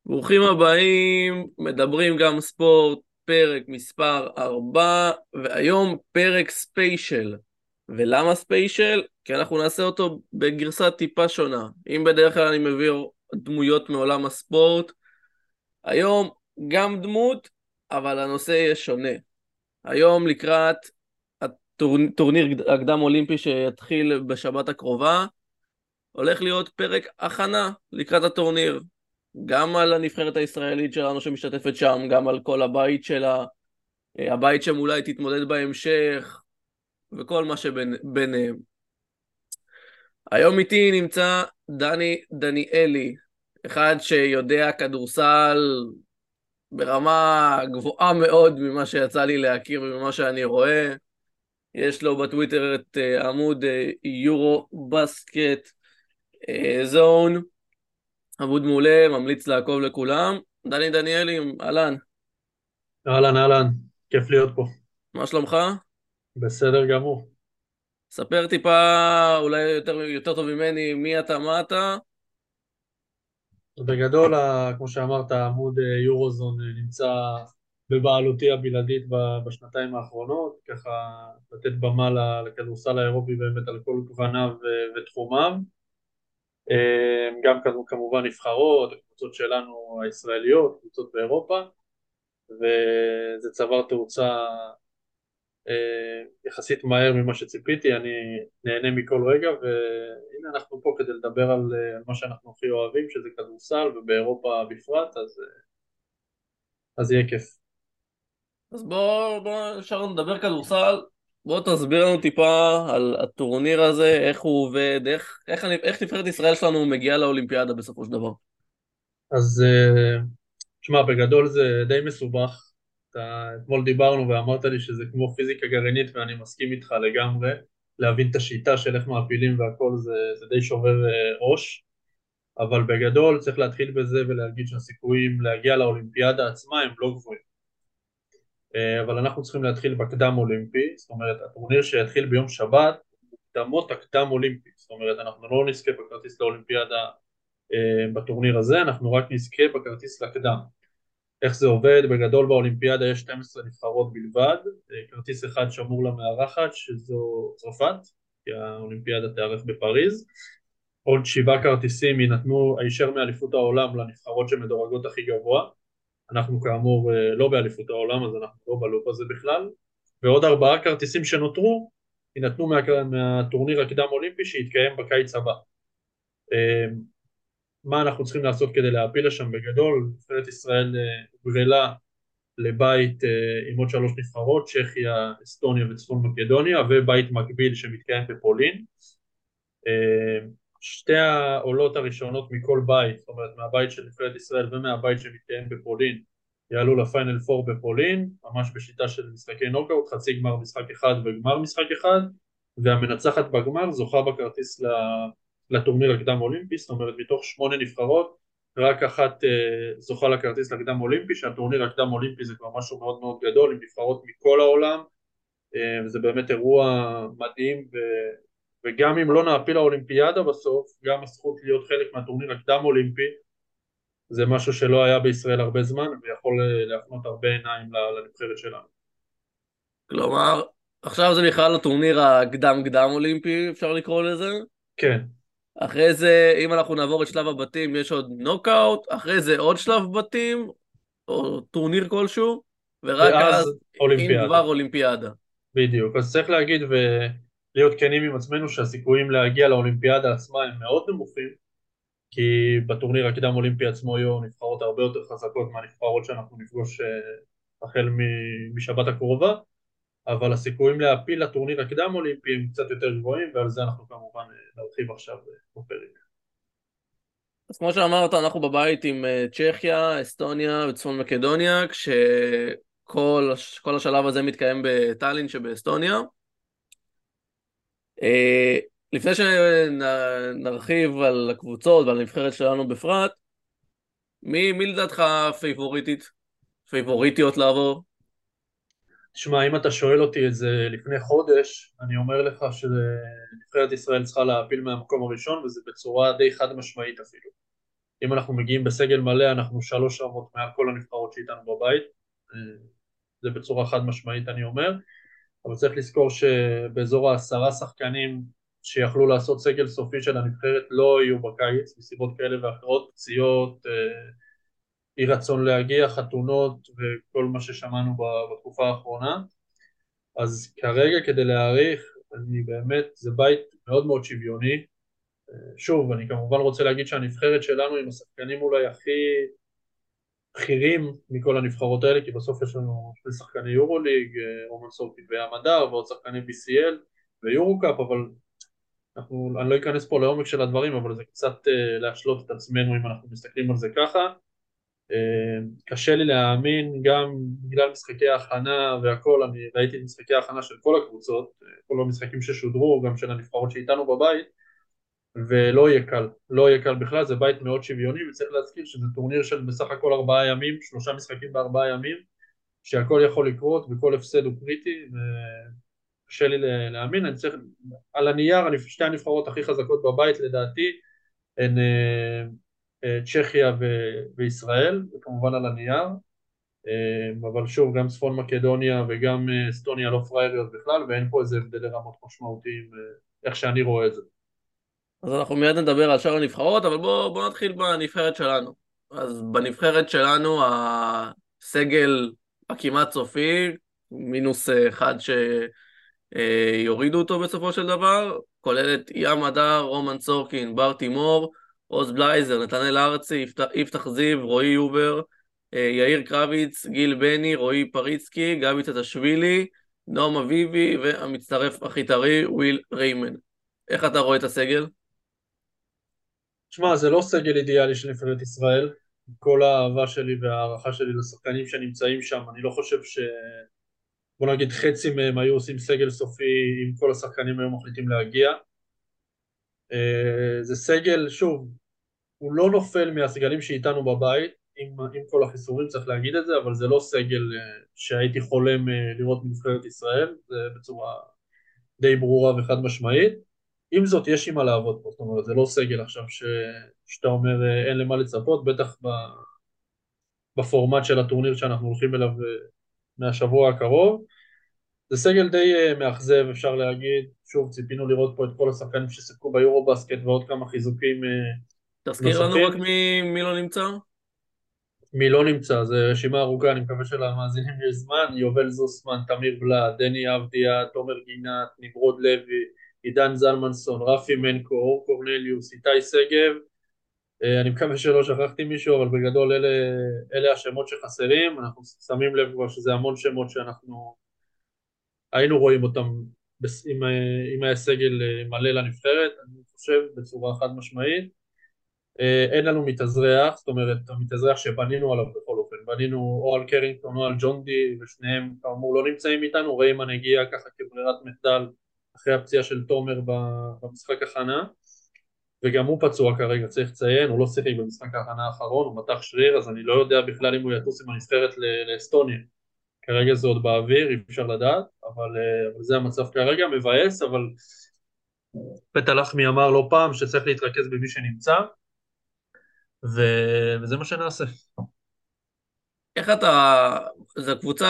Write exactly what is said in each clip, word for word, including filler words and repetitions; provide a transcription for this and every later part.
ברוכים הבאים, מדברים גם ספורט, פרק מספר ארבע, והיום פרק ספיישל. ולמה ספיישל? כי אנחנו נעשה אותו בגרסה טיפה שונה. אם בדרך כלל אני מביא דמויות מעולם הספורט, היום גם דמות, אבל הנושא יהיה שונה. היום לקראת הטורניר הקדם אולימפי שיתחיל בשבת הקרובה, הולך להיות פרק הכנה לקראת הטורניר. גם על הנבחרת הישראלית שלנו שמשתתפת שם, גם על כל הבית שלה, הבית שם אולי תתמודד בהמשך, וכל מה שביניהם. היום איתי נמצא דני דניאלי, אחד שיודע כדורסל ברמה גבוהה מאוד ממה שיצא לי להכיר וממה שאני רואה. יש לו בטוויטר את עמוד יורו בסקט זון, עמוד מעולה, ממליץ לעקוב לכולם. דני דניאלי, אהלן. אהלן אהלן, כיף להיות פה. מה שלומך? בסדר גמור. ספר טיפה, אולי יותר, יותר טוב ממני, מי אתה, מה אתה? בגדול, ה- כמו שאמרת, עמוד אה, יורוזון אה, נמצא בבעלותי הבלעדית ב- בשנתיים האחרונות, ככה לתת במה ל- לכדורסל האירופי באמת על כל גווניו ו- ותחומיו. אה, גם כמו- כמובן נבחרות, הקבוצות שלנו הישראליות, קבוצות באירופה, וזה צבר תאוצה אה, יחסית מהר ממה שציפיתי. אני נהנה מכל רגע, והנה אנחנו פה כדי לדבר על, אה, על מה שאנחנו הכי אוהבים, שזה כדורסל, ובאירופה בפרט, אז, אה, אז יהיה כיף. אז בוא, בוא, שרון, נדבר כדורסל. בוא תסביר לנו טיפה על הטורניר הזה, איך הוא עובד, איך, איך, אני- איך נבחרת ישראל שלנו מגיעה לאולימפיאדה בסופו של דבר. אז אה, תשמע, בגדול זה די מסובך. אתה, אתמול דיברנו ואמרת לי שזה כמו פיזיקה גרעינית, ואני מסכים איתך לגמרי. להבין את השיטה של איך מעפילים והכל זה, זה די שובר אה, ראש. אבל בגדול צריך להתחיל בזה ולהגיד שהסיכויים להגיע לאולימפיאדה עצמה הם לא גבוהים. אה, אבל אנחנו צריכים להתחיל בקדם אולימפי, זאת אומרת הטורניר שיתחיל ביום שבת, מוקדמות הקדם אולימפי, זאת אומרת אנחנו לא נזכה בכרטיס לאולימפיאדה אה, בטורניר הזה, אנחנו רק נזכה בכרטיס לקדם. איך זה עובד? בגדול באולימפיאדה יש שתים עשרה נבחרות בלבד, אה, כרטיס אחד שמור למארחת שזו צרפת, כי האולימפיאדה תיארך בפריז, עוד שבעה כרטיסים יינתנו הישר מאליפות העולם לנבחרות שמדורגות הכי גבוה, אנחנו כאמור אה, לא באליפות העולם אז אנחנו לא בלופ הזה בכלל, ועוד ארבעה כרטיסים שנותרו יינתנו מה, מהטורניר הקדם אולימפי שיתקיים בקיץ הבא. אה, מה אנחנו צריכים לעשות כדי להעפיל לשם? בגדול נבחרת ישראל אה, הוגרלה לבית אה, עם עוד שלוש נבחרות, צ'כיה, אסטוניה וצפון מקדוניה, ובית מקביל שמתקיים בפולין. אה, שתי העולות הראשונות מכל בית, זאת אומרת מהבית של נבחרת ישראל ומהבית שמתקיים בפולין, יעלו לפיינל פור בפולין, ממש בשיטה של משחקי נוקאוט, חצי גמר משחק אחד וגמר משחק אחד, והמנצחת בגמר זוכה בכרטיס לטורניר הקדם אולימפי, זאת אומרת מתוך שמונה נבחרות, רק אחת אה, זוכה לכרטיס לקדם אולימפי, שהטורניר הקדם אולימפי זה כבר משהו מאוד מאוד גדול, עם נבחרות מכל העולם, אה, וזה באמת אירוע מדהים, ו... וגם אם לא נעפיל האולימפיאדה בסוף, גם הזכות להיות חלק מהטורניר הקדם אולימפי, זה משהו שלא היה בישראל הרבה זמן, ויכול אה, להפנות הרבה עיניים לנבחרת שלנו. כלומר, עכשיו זה בכלל הטורניר הקדם קדם אולימפי, אפשר לקרוא לזה. כן, אחרי זה, אם אנחנו נעבור את שלב הבתים, יש עוד נוקאוט, אחרי זה עוד שלב בתים, או טורניר כלשהו, ורק אז, ואז אם אולימפיאדה, כבר אולימפיאדה. בדיוק. אז צריך להגיד ולהיות כנים עם עצמנו שהסיכויים להגיע לאולימפיאדה עצמה הם מאוד נמוכים, כי בטורניר הקדם אולימפי עצמו יהיו נבחרות הרבה יותר חזקות מהנבחרות שאנחנו נפגוש אה, החל מ- משבת הקרובה, אבל הסיכויים להפיל לטורניר הקדם אולימפי הם קצת יותר גבוהים, ועל זה אנחנו כמובן אה, נרחיב עכשיו אה, בפרק. אז כמו שאמרת, אנחנו בבית עם אה, צ'כיה, אסטוניה וצפון מקדוניה, כשכל הש- כל השלב הזה מתקיים בטאלין שבאסטוניה. אה, לפני שנרחיב על הקבוצות ועל הנבחרת שלנו בפרט, מי, מי לדעתך פייבוריטית, פייבוריטיות לעבור? תשמע, אם אתה שואל אותי את זה לפני חודש, אני אומר לך שנבחרת ישראל צריכה להעפיל מהמקום הראשון, וזה בצורה די חד משמעית אפילו. אם אנחנו מגיעים בסגל מלא, אנחנו שלוש רמות מעל כל הנבחרות שאיתנו בבית, זה בצורה חד משמעית אני אומר, אבל צריך לזכור שבאזור העשרה שחקנים שיכלו לעשות סגל סופי של הנבחרת לא יהיו בקיץ, מסיבות כאלה ואחרות, פציעות, אי רצון להגיע, חתונות וכל מה ששמענו בתקופה האחרונה. אז כרגע כדי להעריך, אני באמת, זה בית מאוד מאוד שוויוני. שוב, אני כמובן רוצה להגיד שהנבחרת שלנו עם השחקנים אולי הכי בכירים מכל הנבחרות האלה, כי בסוף יש לנו שני שחקני יורוליג, רומן סורקין וים הדר, ועוד שחקני בי סי אל ויורו-קאפ, אבל אנחנו, אני לא אכנס פה לעומק של הדברים, אבל זה קצת להשלות את עצמנו אם אנחנו מסתכלים על זה ככה. קשה לי להאמין, גם בגלל משחקי ההכנה והכל, אני ראיתי את משחקי ההכנה של כל הקבוצות, כל המשחקים ששודרו, גם של הנבחרות שאיתנו בבית, ולא יהיה קל, לא יהיה קל בכלל, זה בית מאוד שוויוני, וצריך להזכיר שזה טורניר של בסך הכל ארבעה ימים, שלושה משחקים בארבעה ימים, שהכל יכול לקרות וכל הפסד הוא קריטי, וקשה לי להאמין. אני צריך, על הנייר, שתי הנבחרות הכי חזקות בבית לדעתי, הן צ'כיה ו- וישראל, וכמובן על הנייר, אבל שוב, גם צפון מקדוניה וגם אסטוניה לא פרייריות בכלל, ואין פה איזה הבדלי רמות משמעותיים, איך שאני רואה את זה. אז אנחנו מיד נדבר על שאר הנבחרות, אבל בואו בוא נתחיל בנבחרת שלנו. אז בנבחרת שלנו הסגל הכמעט סופי, מינוס אחד שיורידו אותו בסופו של דבר, כולל את ים הדר, רומן סורקין, בר תימור, עוז בלייזר, נתנאל ארצי, יפתח זיו, רועי יובר, יאיר קרביץ, גיל בני, רועי פריצקי, גבי צטשווילי, נועם אביבי והמצטרף הכי טרי, וויל ריימן. איך אתה רואה את הסגל? תשמע, זה לא סגל אידיאלי של נבחרת ישראל, כל האהבה שלי והערכה שלי לשחקנים שנמצאים שם, אני לא חושב ש... בוא נגיד חצי מהם היו עושים סגל סופי אם כל השחקנים היו מחליטים להגיע. זה סגל, שוב, הוא לא נופל מהסגלים שאיתנו בבית, עם, עם כל החיסורים צריך להגיד את זה, אבל זה לא סגל שהייתי חולם לראות מנבחרת ישראל, זה בצורה די ברורה וחד משמעית. עם זאת יש עם מה לעבוד פה, זאת אומרת זה לא סגל עכשיו ש... שאתה אומר אין למה לצפות, בטח ב... בפורמט של הטורניר שאנחנו הולכים אליו מהשבוע הקרוב. זה סגל די מאכזב אפשר להגיד, שוב ציפינו לראות פה את כל השחקנים ששיחקו ביורו בסקט ועוד כמה חיזוקים תזכיר לנו רק נוספים. מי, מי לא נמצא? מי לא נמצא, זה רשימה ארוכה, אני מקווה שלמאזינים יש זמן, יובל זוסמן, תמיר בלע, דני אבדיה, תומר גינת, נמרוד לוי, עידן זלמנסון, רפי מנקו, אור קורנליוס, איתי סגב, אני מקווה שלא שכחתי מישהו, אבל בגדול אלה, אלה השמות שחסרים, אנחנו שמים לב כבר שזה המון שמות שאנחנו היינו רואים אותם אם, אם היה סגל מלא לנבחרת, אני חושב בצורה חד משמעית. אין לנו מתאזרח, זאת אומרת המתאזרח שבנינו עליו בכל אופן, בנינו או על קרינגטון או על ג'ון די, ושניהם כאמור לא נמצאים איתנו, ריימן הגיע ככה כברירת מחדל אחרי הפציעה של תומר במשחק הכנה, וגם הוא פצוע כרגע, צריך לציין, הוא לא שיחק במשחק ההכנה האחרון, הוא מתח שריר, אז אני לא יודע בכלל אם הוא יטוס עם הנבחרת לאסטוניה, כרגע זה עוד באוויר, אי אפשר לדעת, אבל, אבל זה המצב כרגע, מבאס, אבל פטה לחמי אמר לא פעם שצריך להתרכז במי שנמצא, ו... וזה מה שנעשה. איך אתה... זו קבוצה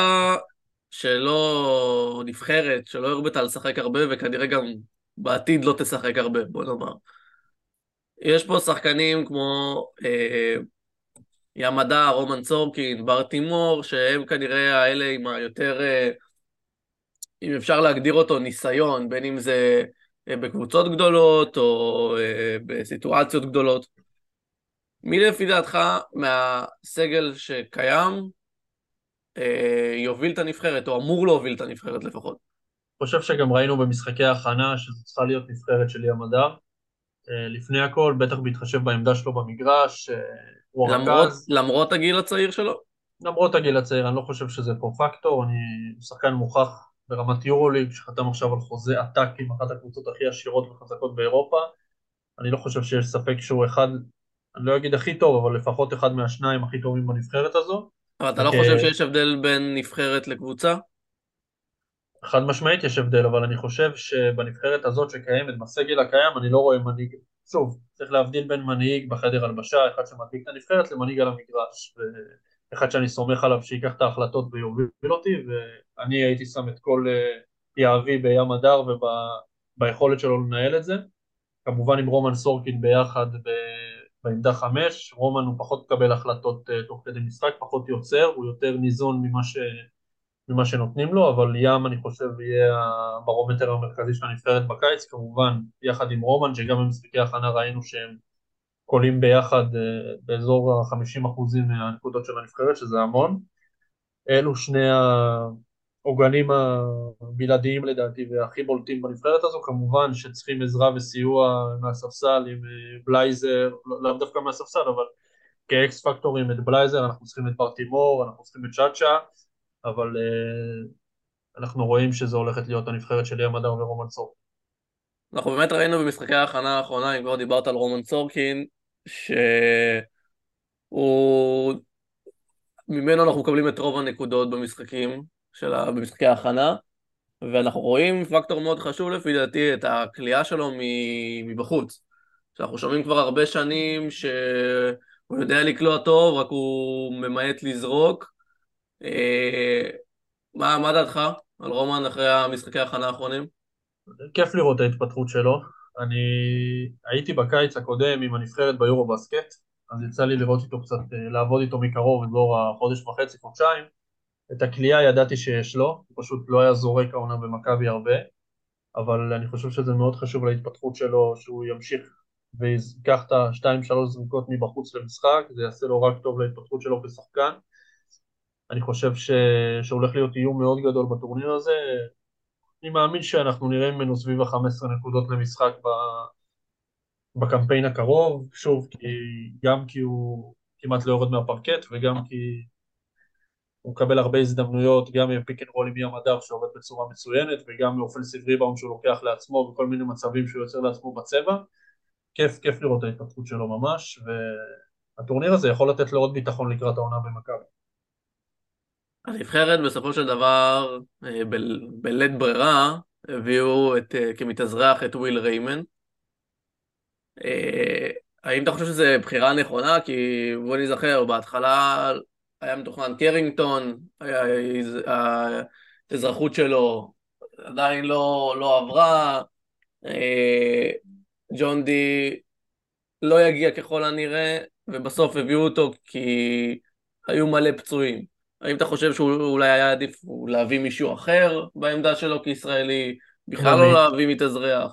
שלא נבחרת, שלא הרבית לשחק הרבה, וכנראה גם בעתיד לא תשחק הרבה, בוא נאמר. יש פה שחקנים כמו אה, ימדה, רומן סורקין, בר תימור, שהם כנראה האלה עם היותר, אה, אם אפשר להגדיר אותו, ניסיון, בין אם זה אה, בקבוצות גדולות או אה, בסיטואציות גדולות. מי לפי דעתך מהסגל שקיים אה, יוביל את הנבחרת, או אמור להוביל את הנבחרת לפחות? אני חושב שגם ראינו במשחקי ההכנה שזו צריכה להיות נבחרת של ים הדר. לפני הכל, בטח בהתחשב בעמדה שלו במגרש, הוא למרות, הרכז. למרות הגיל הצעיר שלו? למרות הגיל הצעיר, אני לא חושב שזה פה פקטור, אני שחקן מוכח ברמת יורוליג, שחתם עכשיו על חוזה עתק עם אחת הקבוצות הכי עשירות וחזקות באירופה. אני לא חושב שיש ספק שהוא אחד, אני לא אגיד הכי טוב, אבל לפחות אחד מהשניים הכי טובים בנבחרת הזו. אבל אתה לא וכ... חושב שיש הבדל בין נבחרת לקבוצה? חד משמעית יש הבדל, אבל אני חושב שבנבחרת הזאת שקיימת, בסגל הקיים, אני לא רואה מנהיג שוב, צריך להבדיל בין מנהיג בחדר הלבשה, אחד שמדליק את הנבחרת, למנהיג על המגרש, ואחד שאני סומך עליו שיקח את ההחלטות ויוביל אותי, ואני הייתי שם את כל אה, יהבי בים הדר וביכולת שלו לנהל את זה, כמובן עם רומן סורקין ביחד ב... בעמדה חמש, רומן הוא פחות מקבל החלטות אה, תוך כדי משחק, פחות יוצר, הוא יותר ניזון ממה ש... ממה שנותנים לו, אבל ים אני חושב יהיה הברומטר המרכזי של הנבחרת בקיץ, כמובן יחד עם רומן, שגם במשחקי ההכנה ראינו שהם קולים ביחד אה, באזור ה-חמישים אחוזים מהנקודות של הנבחרת, שזה המון. אלו שני העוגנים הבלעדיים לדעתי והכי בולטים בנבחרת הזו, כמובן שצריכים עזרה וסיוע מהספסל עם אה, בלייזר, לא, לאו דווקא מהספסל, אבל כאקס פקטורים את בלייזר, אנחנו צריכים את ברטימור, אנחנו צריכים את צ'אצ'ה, אבל אה, אנחנו רואים שזו הולכת להיות הנבחרת של ים הדר ורומן סורקין. אנחנו באמת ראינו במשחקי ההכנה האחרונה, אם כבר דיברת על רומן סורקין, שהוא... ממנו אנחנו מקבלים את רוב הנקודות במשחקים של ה... במשחקי ההכנה, ואנחנו רואים פקטור מאוד חשוב לפי דעתי את הכלייה שלו מבחוץ. שאנחנו שומעים כבר הרבה שנים שהוא יודע לקלוע טוב, רק הוא ממעט לזרוק. אה, מה, מה דעתך על רומן אחרי המשחקי ההכנה האחרונים? כיף לראות את ההתפתחות שלו. אני הייתי בקיץ הקודם עם הנבחרת ביורו בסקט, אז יצא לי לראות איתו קצת, אה, לעבוד איתו מקרוב אזור החודש וחצי, חודשיים. את הכלייה ידעתי שיש לו, הוא פשוט לא היה זורק העונה במכבי הרבה, אבל אני חושב שזה מאוד חשוב להתפתחות שלו, שהוא ימשיך וייקח את השתיים שלוש זריקות מבחוץ למשחק, זה יעשה לו רק טוב להתפתחות שלו כשחקן. אני חושב ש... שהולך להיות איום מאוד גדול בטורניר הזה, אני מאמין שאנחנו נראה ממנו סביב ה-חמש עשרה נקודות למשחק ב... בקמפיין הקרוב, שוב, כי... גם כי הוא כמעט לא יורד מהפרקט, וגם כי הוא מקבל הרבה הזדמנויות, גם מפיק אנד רול עם ים הדר שעובד בצורה מצוינת, וגם מאופנסיב ריבאונד שהוא לוקח לעצמו, וכל מיני מצבים שהוא יוצר לעצמו בצבע. כיף, כיף לראות את ההתפתחות שלו ממש, והטורניר הזה יכול לתת לו עוד ביטחון לקראת העונה במכבי. הנבחרת בסופו של דבר, אה, בל- בלית ברירה, הביאו את, אה, כמתאזרח את וויל ריימן. אה, האם אתה חושב שזו בחירה נכונה? כי בוא נזכר, בהתחלה היה מתוכנן קרינגטון, היה- האזרחות שלו עדיין לא, לא עברה, אה, ג'ון די לא יגיע ככל הנראה, ובסוף הביאו אותו כי היו מלא פצועים. האם אתה חושב שאולי היה עדיף להביא מישהו אחר בעמדה שלו כישראלי, בכלל לא עמית, להביא מתאזרח?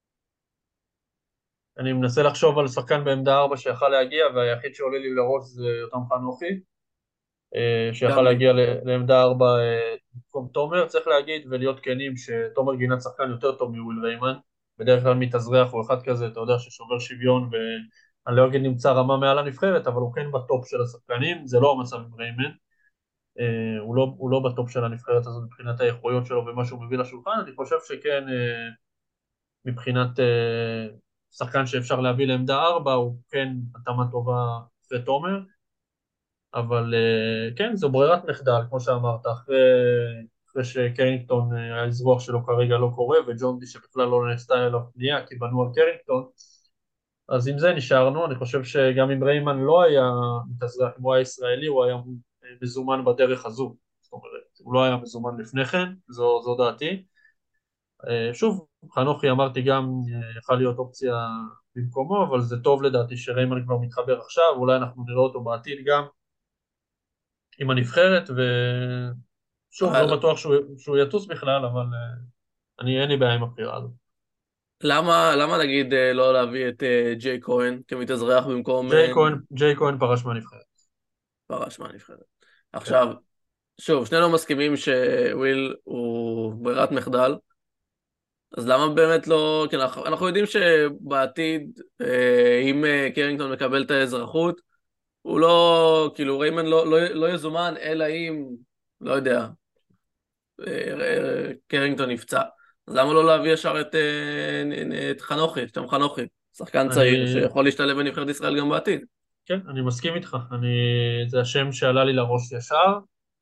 אני מנסה לחשוב על שחקן בעמדה ארבע שיכל להגיע, והיחיד שעולה לי לראש זה יותם חנוכי, אה, שיכל גם לי. להגיע ל- לעמדה ארבע אה, במקום תומר. צריך להגיד ולהיות כנים שתומר גינת שחקן יותר טוב מוויל ריימן, בדרך כלל מתאזרח הוא אחד כזה, אתה יודע, ששובר שוויון, ואני לא אגיד נמצא רמה מעל הנבחרת, אבל הוא כן בטופ של השחקנים, זה לא המצב עם ריימן. אה, הוא לא, הוא לא בטופ של הנבחרת הזאת מבחינת האיכויות שלו ומה שהוא מביא לשולחן. אני חושב שכן, אה, מבחינת אה, שחקן שאפשר להביא לעמדה ארבע, הוא כן התאמה טובה אחרי תומר, אבל אה, כן, זו ברירת מחדל, כמו שאמרת, אחרי, אחרי שקרינגטון, אה, האזרוח שלו כרגע לא קורה, וג'ון די שבכלל לא נעשתה אליו פנייה, כי בנו על קרינגטון, אז עם זה נשארנו. אני חושב שגם אם ריימן לא היה מתאזרח, אם הוא היה ישראלי, הוא היה מזומן בדרך הזו, זאת אומרת, הוא לא היה מזומן לפני כן, זו, זו דעתי. אה, שוב, חנוכי אמרתי גם אה, יכול להיות אופציה במקומו, אבל זה טוב לדעתי שריימן כבר מתחבר עכשיו, אולי אנחנו נראה אותו בעתיד גם עם הנבחרת, ושוב, לא אבל בטוח שהוא, שהוא יטוס בכלל, אבל אה, אני אין לי בעיה עם הבחירה הזאת. למה, למה נגיד אה, לא להביא את אה, ג'יי כהן כמתאזרח במקום ג'יי אה, כהן, ג'יי כהן פרש מהנבחרת. פרש מהנבחרת? כן. עכשיו, שוב, שנינו מסכימים שוויל הוא ברירת מחדל, אז למה באמת לא... כן, אנחנו, אנחנו יודעים שבעתיד, אה, אם אה, קרינגטון מקבל את האזרחות, הוא לא, כאילו ריימן לא, לא, לא יזומן, אלא אם, לא יודע, אה, אה, קרינגטון נפצע. אז למה לא להביא ישר את, אה, נ- נ- את חנוכי, את תום חנוכי, שחקן צעיר אני, שיכול להשתלב בנבחרת ישראל גם בעתיד? כן, אני מסכים איתך, אני, זה השם שעלה לי לראש ישר.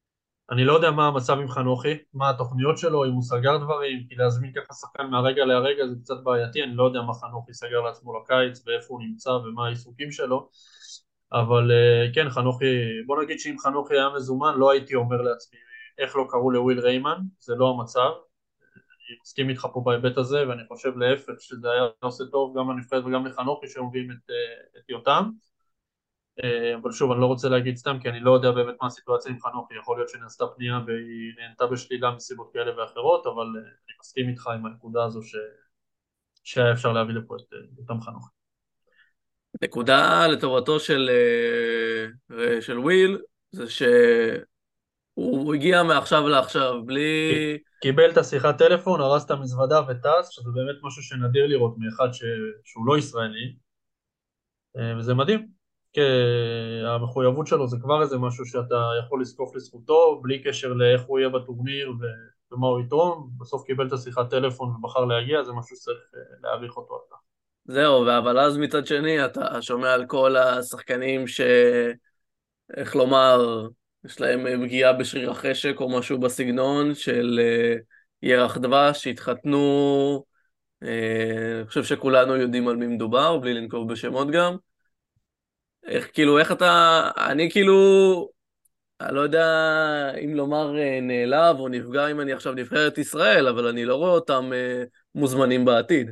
אני לא יודע מה המצב עם חנוכי, מה התוכניות שלו, אם הוא סגר דברים, כי להזמין ככה שחקן מהרגע להרגע זה קצת בעייתי, אני לא יודע מה חנוכי סגר לעצמו לקיץ ואיפה הוא נמצא ומה העיסוקים שלו, אבל אה, כן, חנוכי, בוא נגיד שאם חנוכי היה מזומן לא הייתי אומר לעצמי איך לא קראו לוויל ריימן, זה לא המצב, אני מסכים איתך פה בהיבט הזה ואני חושב להפך שזה היה עושה טוב גם לנבחרת וגם לחנוכי שמביאים את, אה, את יותם. אה, אבל שוב, אני לא רוצה להגיד סתם, כי אני לא יודע באמת מה הסיטואציה עם חנוכי, יכול להיות שנעשתה פנייה והיא נהנתה בשלילה מסיבות כאלה ואחרות, אבל אה, אני מסכים איתך עם הנקודה הזו ש... שהיה אפשר להביא לפה את אה, אותם חנוכי. נקודה לטובתו של, אה, של וויל, זה שהוא הגיע מעכשיו לעכשיו, בלי... כי- קיבל את השיחת טלפון, הרס את המזוודה וטס, שזה באמת משהו שנדיר לראות מאחד ש... שהוא לא ישראלי, אה, וזה מדהים, כי המחויבות שלו זה כבר איזה משהו שאתה יכול לזקוף לזכותו, בלי קשר לאיך הוא יהיה בטורניר ו... ומה הוא יתרום, בסוף קיבל את השיחת טלפון ובחר להגיע, זה משהו שצריך אה, להעריך אותו על כך. זהו, אבל אז מצד שני אתה שומע על כל השחקנים ש... איך לומר, יש להם פגיעה בשריר החשק או משהו בסגנון של אה, ירח דבש שהתחתנו, אה, אני חושב שכולנו יודעים על מי מדובר, בלי לנקוב בשמות גם. איך כאילו, איך אתה, אני כאילו, אני לא יודע אם לומר אה, נעלב או נפגע אם אני עכשיו נבחרת ישראל, אבל אני לא רואה אותם אה, מוזמנים בעתיד.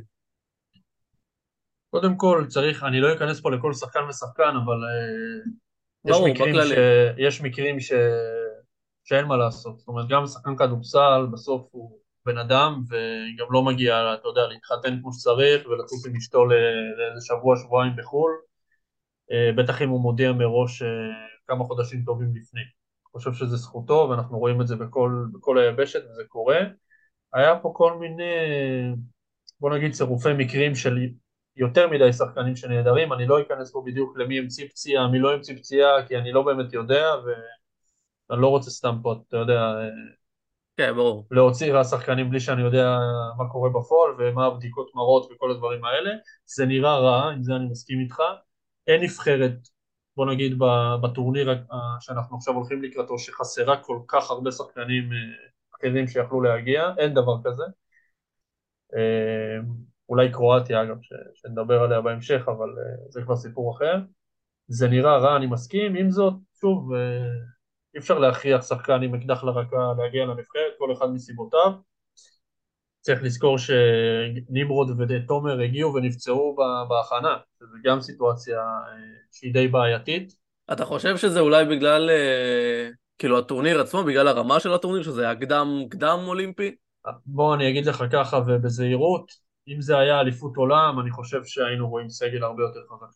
קודם כל צריך, אני לא אכנס פה לכל שחקן ושחקן, אבל uh, יש ברור, מקרים, ש, בכללי. יש מקרים ש, שאין מה לעשות. זאת אומרת, גם שחקן כדורסל בסוף הוא בן אדם, וגם לא מגיע, אתה יודע, להתחתן כמו שצריך ולטוס עם אשתו ל- לאיזה שבוע, שבועיים בחו"ל, uh, בטח אם הוא מודיע מראש uh, כמה חודשים טובים לפני. אני חושב שזה זכותו, ואנחנו רואים את זה בכל, בכל היבשת, וזה קורה. היה פה כל מיני, בוא נגיד, צירופי מקרים של יותר מדי שחקנים שנהדרים, אני לא אכנס פה בדיוק למי המציא פציעה, מי לא המציא פציעה, כי אני לא באמת יודע, ואני לא רוצה סתם פה, אתה יודע, כן, ברור. להוציא השחקנים בלי שאני יודע מה קורה בפועל, ומה הבדיקות מראות וכל הדברים האלה. זה נראה רע, עם זה אני מסכים איתך. אין נבחרת, בוא נגיד, בטורניר ה- שאנחנו עכשיו הולכים לקראתו, שחסרה כל כך הרבה שחקנים אה, אחרים שיכלו להגיע, אין דבר כזה. אה, אולי קרואטיה אגב, ש- שנדבר עליה בהמשך, אבל אה, זה כבר סיפור אחר. זה נראה רע, אני מסכים, עם זאת, שוב, אה, אי אפשר להכריח שחקן עם אקדח לרקה להגיע לנבחרת, כל אחד מסיבותיו. צריך לזכור שנמרוד ותומר הגיעו ונפצעו ב- בהכנה, זו גם סיטואציה אה, שהיא די בעייתית. אתה חושב שזה אולי בגלל, אה, כאילו, הטורניר עצמו, בגלל הרמה של הטורניר, שזה היה קדם, קדם אולימפי? בוא אני אגיד לך ככה ובזהירות, אם זה היה אליפות עולם, אני חושב שהיינו רואים סגל הרבה יותר חזק.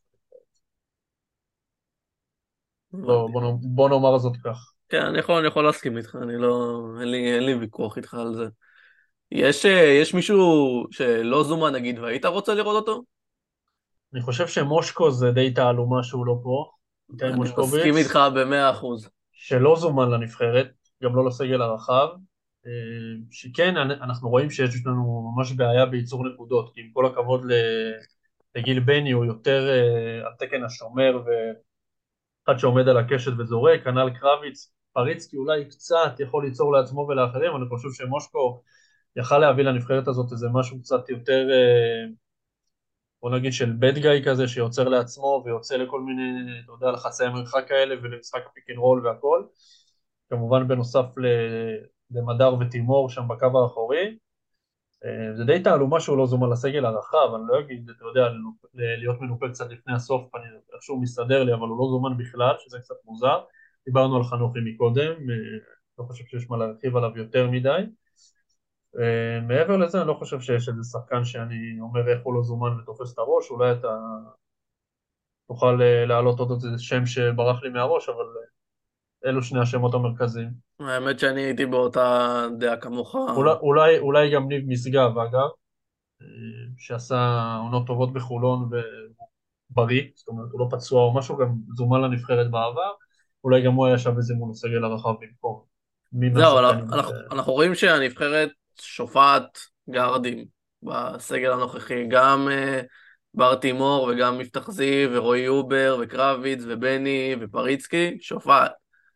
בוא, הבנתי. בוא, נאמר- בוא נאמר זאת כך. כן, אני יכול, אני יכול להסכים איתך, אני לא, אין לי, אין לי ויכוח איתך על זה. יש, אה, יש מישהו שלא זומן נגיד והיית רוצה לראות אותו? אני חושב שמושקו זה די תעלומה שהוא לא פה, איתי אני מסכים מושקוביץ, איתך במאה אחוז. שלא זומן לנבחרת, גם לא לסגל הרחב, אה, שכן אנחנו רואים שיש לנו ממש בעיה בייצור נקודות, כי עם כל הכבוד ל- לגיל בני הוא יותר אה, על תקן השומר ואחד שעומד על הקשת וזורק, כנ"ל קרביץ, פריצקי אולי קצת יכול ליצור לעצמו ולאחרים, אני חושב שמושקו יכל להביא לנבחרת הזאת איזה משהו קצת יותר אה, בוא נגיד של בד גאי כזה שיוצר לעצמו ויוצא לכל מיני, אתה יודע, לחצי מרחק כאלה ולמשחק הפיק אנד רול והכל, כמובן בנוסף ל- למדר וטימור שם בקו האחורי. אה, זה די תעלומה שהוא לא זומן לסגל הרחב, אני לא אגיד, אתה יודע, להיות מנופה קצת לפני הסוף, אני איכשהו מסתדר לי, אבל הוא לא זומן בכלל, שזה קצת מוזר. דיברנו על חנוכי מקודם, אה, לא חושב שיש מה להרחיב עליו יותר מדי. Uh, מעבר לזה אני לא חושב שיש איזה שחקן שאני אומר איך הוא לא זומן ותופס את הראש, אולי אתה תוכל uh, להעלות עוד איזה שם שברח לי מהראש, אבל uh, אלו שני השמות המרכזיים. האמת שאני הייתי באותה דעה כמוך. אולי, אולי, אולי גם ניב משגב אגב, uh, שעשה עונות טובות בחולון ובריא, זאת אומרת הוא לא פצוע או משהו, גם זומן לנבחרת בעבר, אולי גם הוא היה שווה זימון לסגל הרחב במקום מי זהו, מהשחקנים ש... אנחנו, אנחנו רואים שהנבחרת שופעת גארדים בסגל הנוכחי, גם uh, בר תימור וגם מבטח זיו ורועי אובר וקרביץ ובני ופריצקי, שופעת.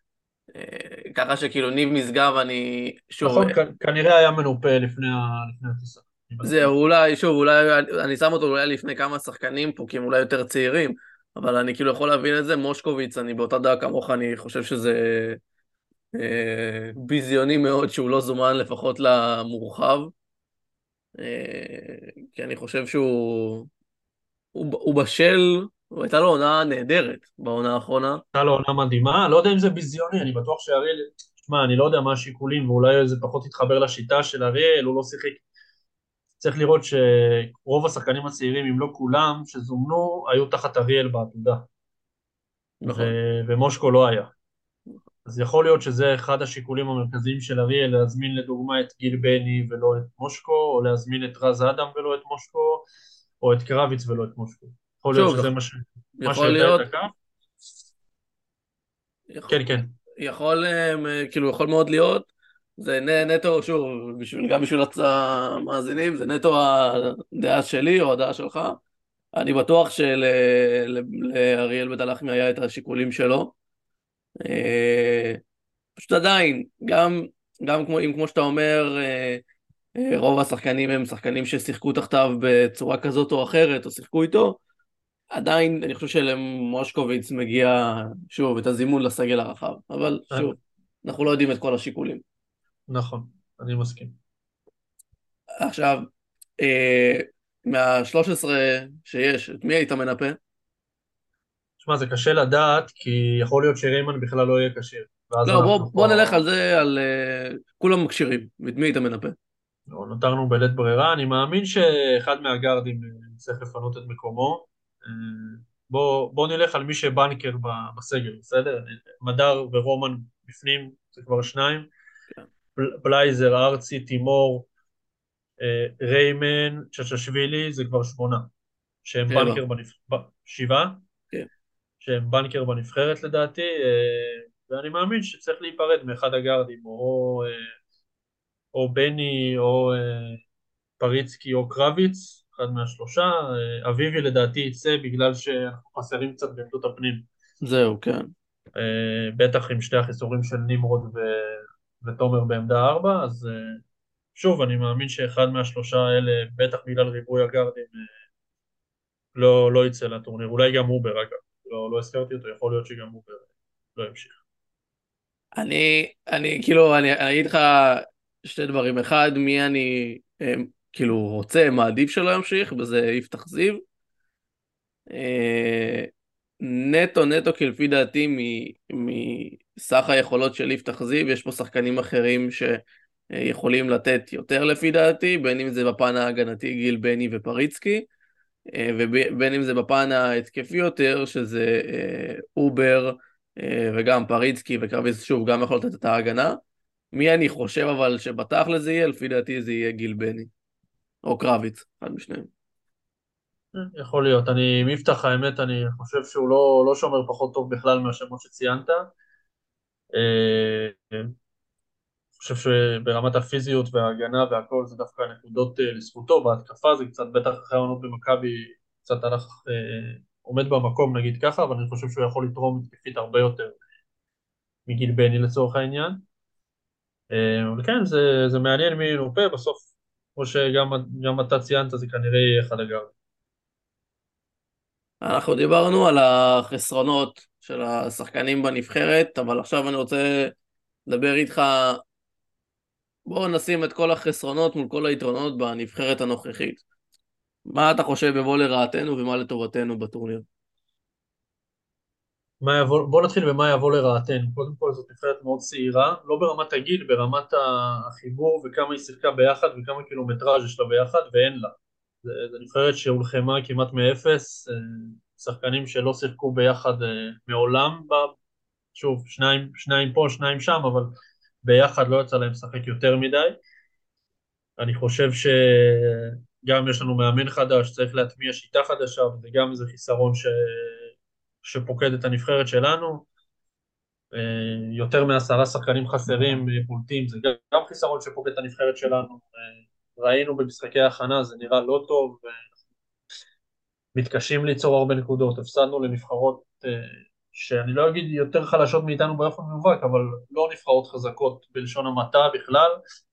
אה, ככה שכאילו ניב משגב, אני, שוב, נכון, כ- כנראה היה מנופה לפני ה- לפני הטיסה, אני מסכים. זהו, אולי, שוב, אולי, אני שם אותו אולי לפני כמה שחקנים פה, כי הם אולי יותר צעירים, אבל אני כאילו יכול להבין את זה. מושקוביץ, אני באותה דעה כמוך, אני חושב שזה אה, ביזיוני מאוד שהוא לא זומן לפחות למורחב, אה, כי אני חושב שהוא הוא, הוא בשל, הייתה לו עונה נהדרת בעונה האחרונה. הייתה לו עונה מדהימה, לא יודע אם זה ביזיוני, אני בטוח שאריאל, תשמע, אני לא יודע מה השיקולים, ואולי זה פחות התחבר לשיטה של אריאל, הוא לא שיחק. צריך לראות שרוב השחקנים הצעירים, אם לא כולם, שזומנו, היו תחת אריאל בעתודה, נכון. ו- ומושקו לא היה. אז יכול להיות שזה אחד השיקולים המרכזיים של אריאל, להזמין לדוגמה את גיל בני ולא את מושקו, או להזמין את רז אדם ולא את מושקו, או את קרביץ ולא את מושקו. יכול להיות שוב, שזה יכול, מה, ש... מה יכול שהביא את להיות, הקו. יכול, כן, כן. יכול, אה, כאילו, יכול מאוד להיות, זה נ- נטו, שוב, בשביל, גם בשביל הצ- המאזינים, זה נטו הדעה שלי או הדעה שלך. אני בטוח שלאריאל בית הלחמי היה את השיקולים שלו. אה, פשוט עדיין, גם, גם כמו, אם כמו שאתה אומר, אה, אה, רוב השחקנים הם שחקנים ששיחקו תחתיו בצורה כזאת או אחרת, או שיחקו איתו, עדיין אני חושב שלמושקוביץ מגיע, שוב, את הזימון לסגל הרחב, אבל אה, שוב, אנחנו לא יודעים את כל השיקולים. נכון, אני מסכים. עכשיו, אה, מה-שלוש עשרה שיש, את מי היית מנפה? תשמע, זה קשה לדעת, כי יכול להיות שריימן בכלל לא יהיה כשיר, ואז לא, בוא, אנחנו בוא פה נלך על זה, על אה, כולם כשירים, את מי היית מנפה? לא, נותרנו בלית ברירה. אני מאמין שאחד מהגארדים אה, צריך לפנות את מקומו. אה, בוא, בוא נלך על מי שבנקר ב- בסגל, בסדר? מדר ורומן בפנים, זה כבר שניים. כן. בל- בלייזר, ארצי, תימור, אה, ריימן, צ'צ'שווילי, זה כבר שמונה. שהם שבע. בנקר בנבחרת, שבעה? כן. שהם בנקר בנבחרת לדעתי, אה, ואני מאמין שצריך להיפרד מאחד הגארדים, או, אה, או בני, או אה, פריצקי או קרביץ, אחד מהשלושה. אה, אביבי לדעתי יצא בגלל שאנחנו חסרים קצת בעמדות הפנים. זהו, כן. אה, בטח עם שתי החיסורים של נמרוד ו... ותומר בעמדה ארבע, אז אה, שוב, אני מאמין שאחד מהשלושה האלה, בטח בגלל ריבוי הגארדים, אה, לא, לא יצא לטורניר. אולי גם אובר אגב, לא, לא הזכרתי אותו, יכול להיות שגם אובר לא ימשיך. אני, אני, כאילו, אני אני אגיד לך שתי דברים. אחד, מי אני, אה, כאילו, רוצה, מעדיף שלא ימשיך, וזה יפתח זיו. אה, נטו, נטו, כי לפי דעתי, מ- מסך היכולות של יפתח זיו, יש פה שחקנים אחרים שיכולים לתת יותר לפי דעתי, בין אם זה בפן ההגנתי גיל בני ופריצקי, אה, ובין אם זה בפן ההתקפי יותר, שזה אה, אובר, אה, וגם פריצקי וקרביס, שוב, גם יכול לתת את ההגנה. מי אני חושב אבל שבתכל'ס זה יהיה? לפי דעתי זה יהיה גיל בני, או קרביץ, אחד משניהם. אה, יכול להיות. אני, מפתח האמת, אני חושב שהוא לא, לא שומר פחות טוב בכלל מהשמות שציינת. אה, חושב שברמת הפיזיות וההגנה והכל זה דווקא נקודות אה, לזכותו. בהתקפה זה קצת, בטח אחרי העונות במכבי, קצת הלך, אה, עומד במקום נגיד ככה, אבל אני חושב שהוא יכול לתרום התקפית הרבה יותר מגיל בני לצורך העניין. אה, אבל כן, זה, זה מעניין מי ינופה בסוף, כמו שגם גם אתה ציינת, זה כנראה יהיה אחד הגארד. אנחנו דיברנו על החסרונות של השחקנים בנבחרת, אבל עכשיו אני רוצה לדבר איתך, בואו נשים את כל החסרונות מול כל היתרונות בנבחרת הנוכחית. מה אתה חושב יבוא לרעתנו ומה לטובתנו בטורניר? מה יבוא, בוא נתחיל במה יבוא לרעתנו. קודם כל זאת נבחרת מאוד צעירה, לא ברמת הגיל, ברמת החיבור וכמה היא שיחקה ביחד וכמה קילומטראז' יש לה ביחד, ואין לה. זה, זה נבחרת שהולחמה כמעט מאפס, אה, שחקנים שלא שיחקו ביחד אה, מעולם, ב, שוב, שניים, שניים פה, שניים שם, אבל ביחד לא יצא להם לשחק יותר מדי. אני חושב שגם יש לנו מאמן חדש, צריך להטמיע שיטה חדשה, וזה גם איזה חיסרון ש... שפוקד את הנבחרת שלנו. אה, יותר מעשרה שחקנים חסרים אה, בולטים, זה גם, גם חיסרון שפוקד את הנבחרת שלנו. אה, ראינו במשחקי ההכנה, זה נראה לא טוב, מתקשים ליצור הרבה נקודות, הפסדנו לנבחרות, אה, שאני לא אגיד יותר חלשות מאיתנו באופן מובהק, אבל לא נבחרות חזקות בלשון המעטה בכלל.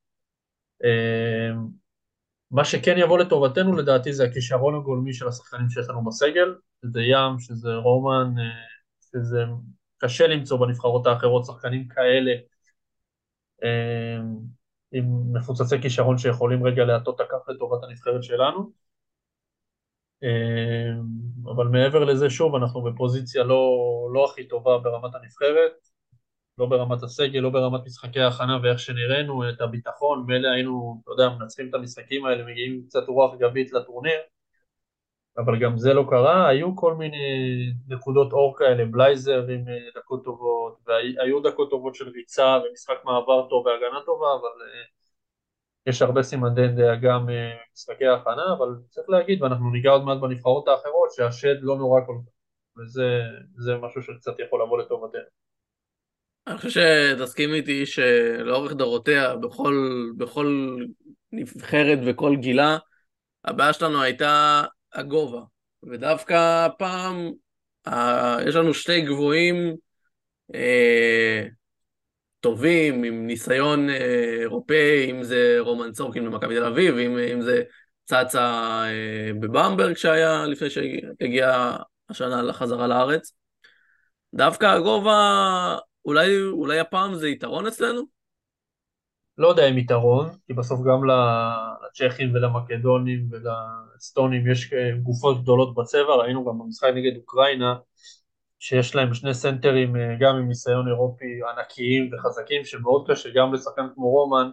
אה, מה שכן יבוא לטובתנו לדעתי זה הכישרון הגולמי של השחקנים שיש לנו בסגל, שזה ים, שזה רומן, אה, שזה קשה למצוא בנבחרות האחרות שחקנים כאלה, אה, עם מפוצצי כישרון שיכולים רגע להטות את הכף לטובת הנבחרת שלנו. אה, אבל מעבר לזה, שוב, אנחנו בפוזיציה לא, לא הכי טובה ברמת הנבחרת, לא ברמת הסגל, לא ברמת משחקי ההכנה ואיך שנראינו, את הביטחון, מילא היינו, אתה יודע, מנצחים את המשחקים האלה, מגיעים עם קצת רוח גבית לטורניר, אבל גם זה לא קרה, היו כל מיני נקודות אור כאלה, בלייזר עם אה, דקות טובות, והיו דקות טובות של ריצה ומשחק מעבר טוב והגנה טובה, אבל אה, יש הרבה סימני דאגה ממשחקי ההכנה, אבל צריך להגיד, ואנחנו ניגע עוד מעט בנבחרות האחרות, שהשד לא נורא כל כך, וזה זה משהו שקצת יכול לבוא לטובתנו. אני חושב שתסכים איתי שלאורך דורותיה, בכל, בכל נבחרת וכל גילה, הבעיה שלנו הייתה הגובה. ודווקא הפעם, אה, יש לנו שתי גבוהים אה, טובים, עם ניסיון אה, אירופאי, אם זה רומן צורקין במכבי תל אביב, אם, אם זה צצה אה, בבמברג שהיה לפני שהגיע השנה לחזרה לארץ. דווקא הגובה, אולי, אולי הפעם זה יתרון אצלנו? לא יודע אם יתרון, כי בסוף גם לצ'כים ולמקדונים ולאסטונים יש גופות גדולות בצבע, ראינו גם במשחק נגד אוקראינה, שיש להם שני סנטרים גם עם ניסיון אירופי ענקיים וחזקים, שמאוד קשה גם לשחקן כמו רומן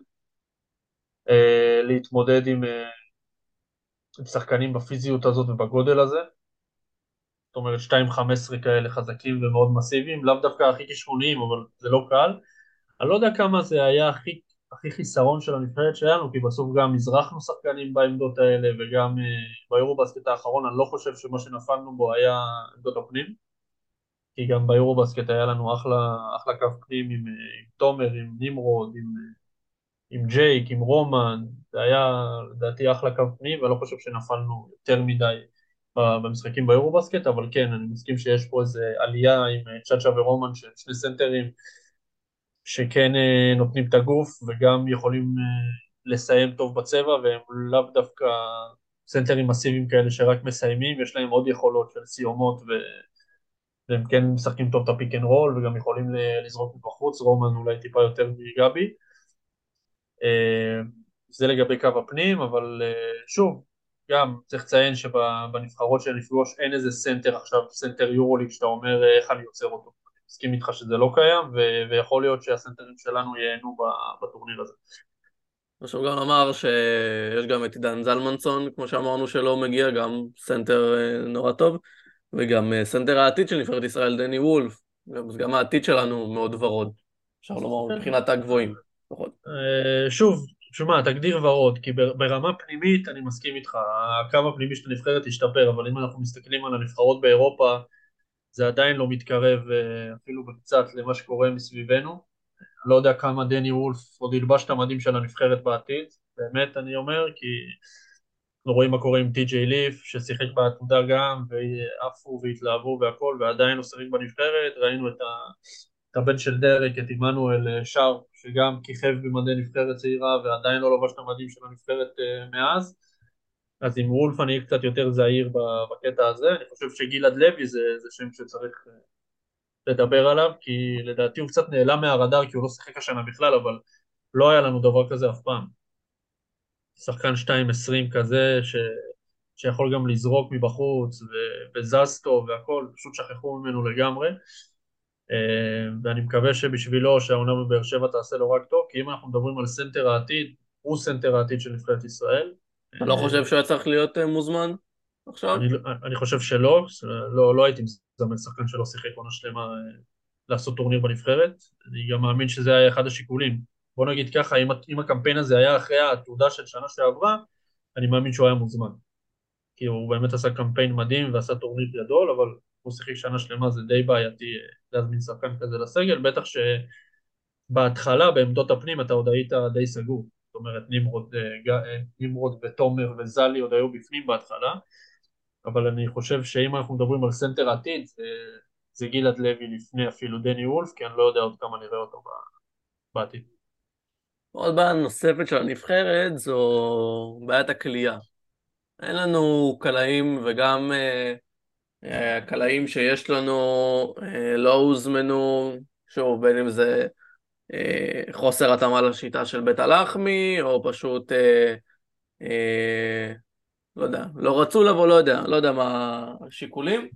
אה, להתמודד עם, אה, עם שחקנים בפיזיות הזאת ובגודל הזה, זאת אומרת שתיים חמש עשרה כאלה חזקים ומאוד מסיביים, לאו דווקא הכי כישרוניים, אבל זה לא קל. אני לא יודע כמה זה היה הכי, הכי חיסרון של הנבחרת שלנו, כי בסוף גם מזרחנו שחקנים בעמדות האלה, וגם uh, ביורובסקט האחרון אני לא חושב שמה שנפלנו בו היה עמדות הפנים, כי גם ביורובסקט היה לנו אחלה, אחלה קו פנים עם, uh, עם תומר, עם נמרוד, עם, uh, עם ג'ייק, עם רומן, זה היה לדעתי אחלה קו פנים, ואני לא חושב שנפלנו יותר מדי במשחקים ביורובסקט, אבל כן, אני מסכים שיש פה איזו עלייה עם uh, צ'אצ'ה ורומן, שהם שני סנטרים, שכן אה, נותנים את הגוף וגם יכולים אה, לסיים טוב בצבע, והם לאו דווקא סנטרים מסיביים כאלה שרק מסיימים, יש להם עוד יכולות של סיומות ו... והם כן משחקים טוב את הפיק אנד רול וגם יכולים לזרוק מבחוץ, רומן אולי טיפה יותר מגבי. אה, זה לגבי קו הפנים, אבל אה, שוב, גם צריך לציין שבנבחרות שנפגוש אין איזה סנטר עכשיו, סנטר יורוליג שאתה אומר אה, איך אני יוצר אותו. מסכים איתך שזה לא קיים, ו- ויכול להיות שהסנטרים שלנו ייהנו ב- בטורניר הזה. חשוב גם לומר שיש גם את עידן זלמנסון, כמו שאמרנו שלא מגיע, גם סנטר אה, נורא טוב, וגם אה, סנטר העתיד של נבחרת ישראל, דני וולף, גם, גם העתיד שלנו מאוד ורוד, אפשר לומר כן. מבחינת הגבוהים, לפחות. אה, שוב, שמע, תגדיר ורוד, כי בר- ברמה פנימית אני מסכים איתך, הקו הפנימי של הנבחרת השתפר, אבל אם אנחנו מסתכלים על הנבחרות באירופה, זה עדיין לא מתקרב אה, אפילו קצת למה שקורה מסביבנו. לא יודע כמה דני וולף עוד ילבש את המדים של הנבחרת בעתיד, באמת אני אומר, כי אנחנו רואים מה קורה עם טי.ג'יי ליף, ששיחק בעתודה גם, ועפו והתלהבו והכל, ועדיין הוא שיחק בנבחרת, ראינו את, ה, את הבן של דרק, את עמנואל שרפ, שגם כיכב במדי נבחרת צעירה, ועדיין לא לבש את המדים של הנבחרת uh, מאז, אז עם וולף אני אהיה קצת יותר זהיר בקטע הזה, אני חושב שגלעד לוי זה, זה שם שצריך לדבר עליו, כי לדעתי הוא קצת נעלם מהרדאר, כי הוא לא שיחק השנה בכלל, אבל לא היה לנו דבר כזה אף פעם. שחקן שתיים עשרים כזה, ש... שיכול גם לזרוק מבחוץ, ו... וזז טוב והכל, פשוט שכחו ממנו לגמרי. אה, ואני מקווה שבשבילו שהעונה בבאר שבע תעשה לו רק טוב, כי אם אנחנו מדברים על סנטר העתיד, הוא סנטר העתיד של נבחרת ישראל. אתה לא אה, חושב שהוא היה צריך להיות אה, מוזמן עכשיו? אני, אני חושב שלא, לא, לא הייתי מזמן שחקן שלא שיחק עונה שלמה אה, לעשות טורניר בנבחרת, אני גם מאמין שזה היה אחד השיקולים. בוא נגיד ככה, אם, אם הקמפיין הזה היה אחרי התעודה של שנה שעברה, אני מאמין שהוא היה מוזמן. כי הוא באמת עשה קמפיין מדהים ועשה טורניר גדול, אבל הוא שיחק שנה שלמה, זה די בעייתי אה, להזמין שחקן כזה לסגל, בטח שבהתחלה בעמדות הפנים אתה עוד היית די סגור. זאת אומרת, נמרוד, אה, ג- אה, נמרוד ותומר וזלי עוד היו בפנים בהתחלה, אבל אני חושב שאם אנחנו מדברים על סנטר עתיד, זה, זה גלעד לוי לפני אפילו דני וולף, כי אני לא יודע עוד כמה נראה אותו בעתיד. עוד בעיה נוספת של הנבחרת זו בעיית הכלייה. אין לנו קלעים, וגם אה, אה, הקלעים שיש לנו אה, לא הוזמנו, שוב, בין אם זה אה, חוסר התאמה לשיטה של בית הלחמי, או פשוט, אה, אה, לא יודע, לא רצו לבוא, לא יודע, לא יודע מה השיקולים.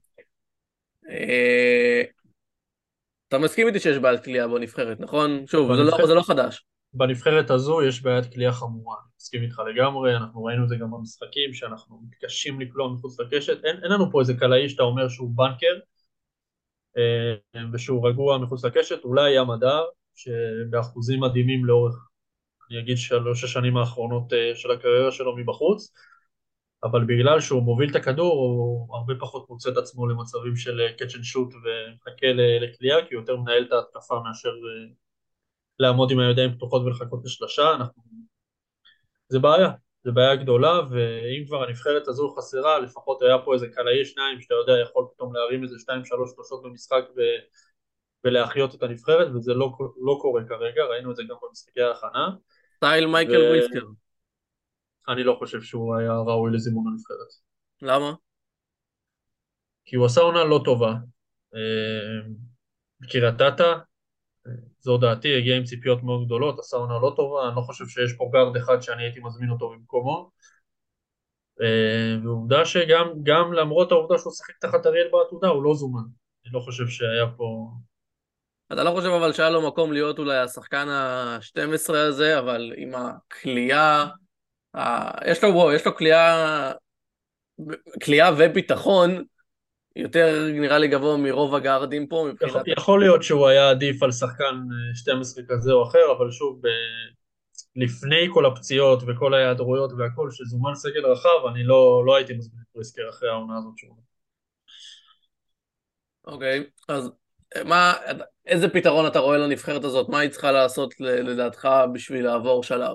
אה, אתה מסכים איתי שיש בעיית כליאה בנבחרת, נכון? שוב, זה לא, בנבחרת, זה לא חדש. בנבחרת הזו יש בעיית כליאה חמורה, אני מסכים איתך לגמרי, אנחנו ראינו את זה גם במשחקים, שאנחנו מתקשים לקלוע מחוץ לקשת, אין, אין לנו פה איזה קלעי שאתה אומר שהוא בנקר, אה, ושהוא רגוע מחוץ לקשת, אולי ים הדר, שבאחוזים מדהימים לאורך, אני אגיד שלוש השנים האחרונות אה, של הקריירה שלו מבחוץ, אבל בגלל שהוא מוביל את הכדור, הוא הרבה פחות מוצא את עצמו למצבים של catch and shoot ומחכה לקליעה, כי הוא יותר מנהל את ההתקפה מאשר אה, לעמוד עם הידיים פתוחות ולחכות לשלושה. אנחנו... זה בעיה, זה בעיה גדולה, ואם כבר הנבחרת הזו חסרה, לפחות היה פה איזה קלעי שניים, שאתה יודע, יכול פתאום להרים איזה שתיים שלוש שלושות במשחק ו... ולהחיות את הנבחרת, וזה לא, לא קורה כרגע, ראינו את זה גם במשחקי ההכנה, סטייל מייקל וויסקר. ואני לא חושב שהוא היה ראוי לזימון הנבחרת. למה? כי הוא עשה עונה לא טובה. אה, בקריית אתא, זו דעתי, הגיע עם ציפיות מאוד גדולות, עשה עונה לא טובה, אני לא חושב שיש פה גארד אחד שאני הייתי מזמין אותו במקומו. אה, ועובדה שגם גם למרות העובדה שהוא שיחק תחת אריאל בעתודה, הוא לא זומן. אני לא חושב שהיה פה... אתה לא חושב אבל שהיה לו מקום להיות אולי השחקן ה-שתים עשרה הזה, אבל עם הכלייה, ה... יש לו, בוא, יש לו כלייה, כלייה וביטחון, יותר נראה לי גבוה מרוב הגארדים פה יכול, מבחינת... יכול להיות שהוא היה עדיף על שחקן אה, שתים עשרה כזה או אחר, אבל שוב, ב... לפני כל הפציעות וכל ההיעדרויות והכל, שזומן סגל רחב, אני לא, לא הייתי מזמין את פריסקר אחרי העונה הזאת שהוא... אוקיי, אז מה, איזה פתרון אתה רואה לנבחרת הזאת? מה היא צריכה לעשות לדעתך בשביל לעבור שלב?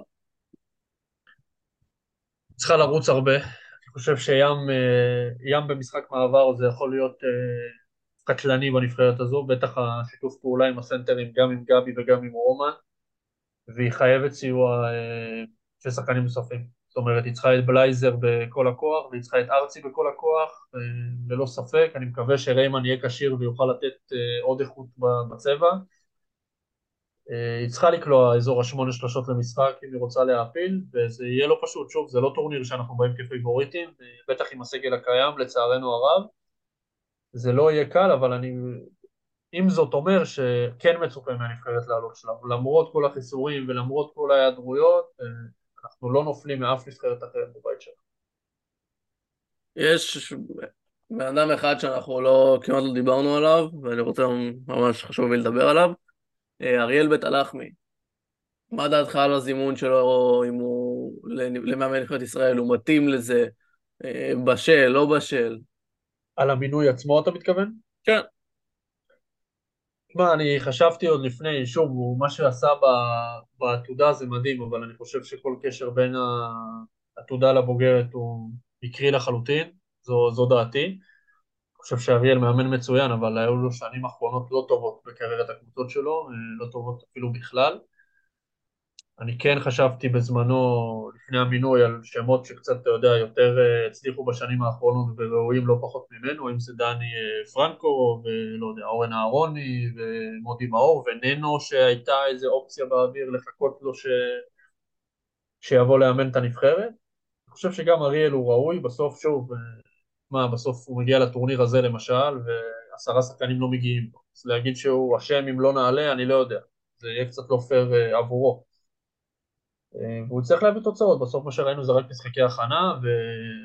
צריכה לרוץ הרבה. אני חושב שים אה, ים במשחק מעבר זה יכול להיות אה, קטלני בנבחרת הזו, בטח השיתוף פעולה עם הסנטרים, גם עם גבי וגם עם רומן, והיא חייבת סיוע אה, של שחקנים נוספים. זאת אומרת, היא צריכה את בלייזר בכל הכוח, והיא צריכה את ארצי בכל הכוח, אה, ללא ספק. אני מקווה שריימן יהיה כשיר ויוכל לתת אה, עוד איכות בצבע. אה, היא צריכה לקלוע אזור השמונה שלושות למשחק אם היא רוצה להעפיל, וזה יהיה לא פשוט. שוב, זה לא טורניר שאנחנו באים כפיבוריטים, בטח עם הסגל הקיים, לצערנו הרב. זה לא יהיה קל, אבל אני עם זאת אומר שכן מצופה מהנבחרת לעלות שלב, למרות כל החיסורים ולמרות כל ההיעדרויות, אה, אנחנו לא נופלים מאף נבחרת אחרת בבית שלנו. יש בן אדם אחד שאנחנו לא, כמעט לא דיברנו עליו, ואני רוצה, ממש חשוב לי לדבר עליו, אה, אריאל בית הלחמי. מה דעתך על הזימון שלו, אם הוא למאמן נבחרת ישראל, הוא מתאים לזה, אה, בשל, לא בשל? על המינוי עצמו אתה מתכוון? כן. מה, אני חשבתי עוד לפני, שוב, הוא- מה שעשה ב- בעתודה זה מדהים, אבל אני חושב שכל קשר בין העתודה לבוגרת הוא מקרי לחלוטין, זו, זו דעתי. אני חושב שאריאל מאמן מצוין, אבל היו לו שנים אחרונות לא טובות בקריירת הקבוצות שלו, אה, לא טובות אפילו בכלל. אני כן חשבתי בזמנו, לפני המינוי, על שמות שקצת, אתה יודע, יותר אה, הצליחו בשנים האחרונות וראויים לא פחות ממנו, אם זה דני אה, פרנקו, ולא יודע, אורן אהרוני, ומודי מאור, וננו, שהייתה איזו אופציה באוויר לחכות לו ש... שיבוא לאמן את הנבחרת. אני חושב שגם אריאל הוא ראוי, בסוף שוב, אה, מה, בסוף הוא מגיע לטורניר הזה למשל, ועשרה שחקנים לא מגיעים לו. אז להגיד שהוא אשם אם לא נעלה, אני לא יודע. זה יהיה קצת לא פייר אה, עבורו. והוא צריך להביא תוצאות, בסוף מה שראינו זה רק משחקי הכנה, ו...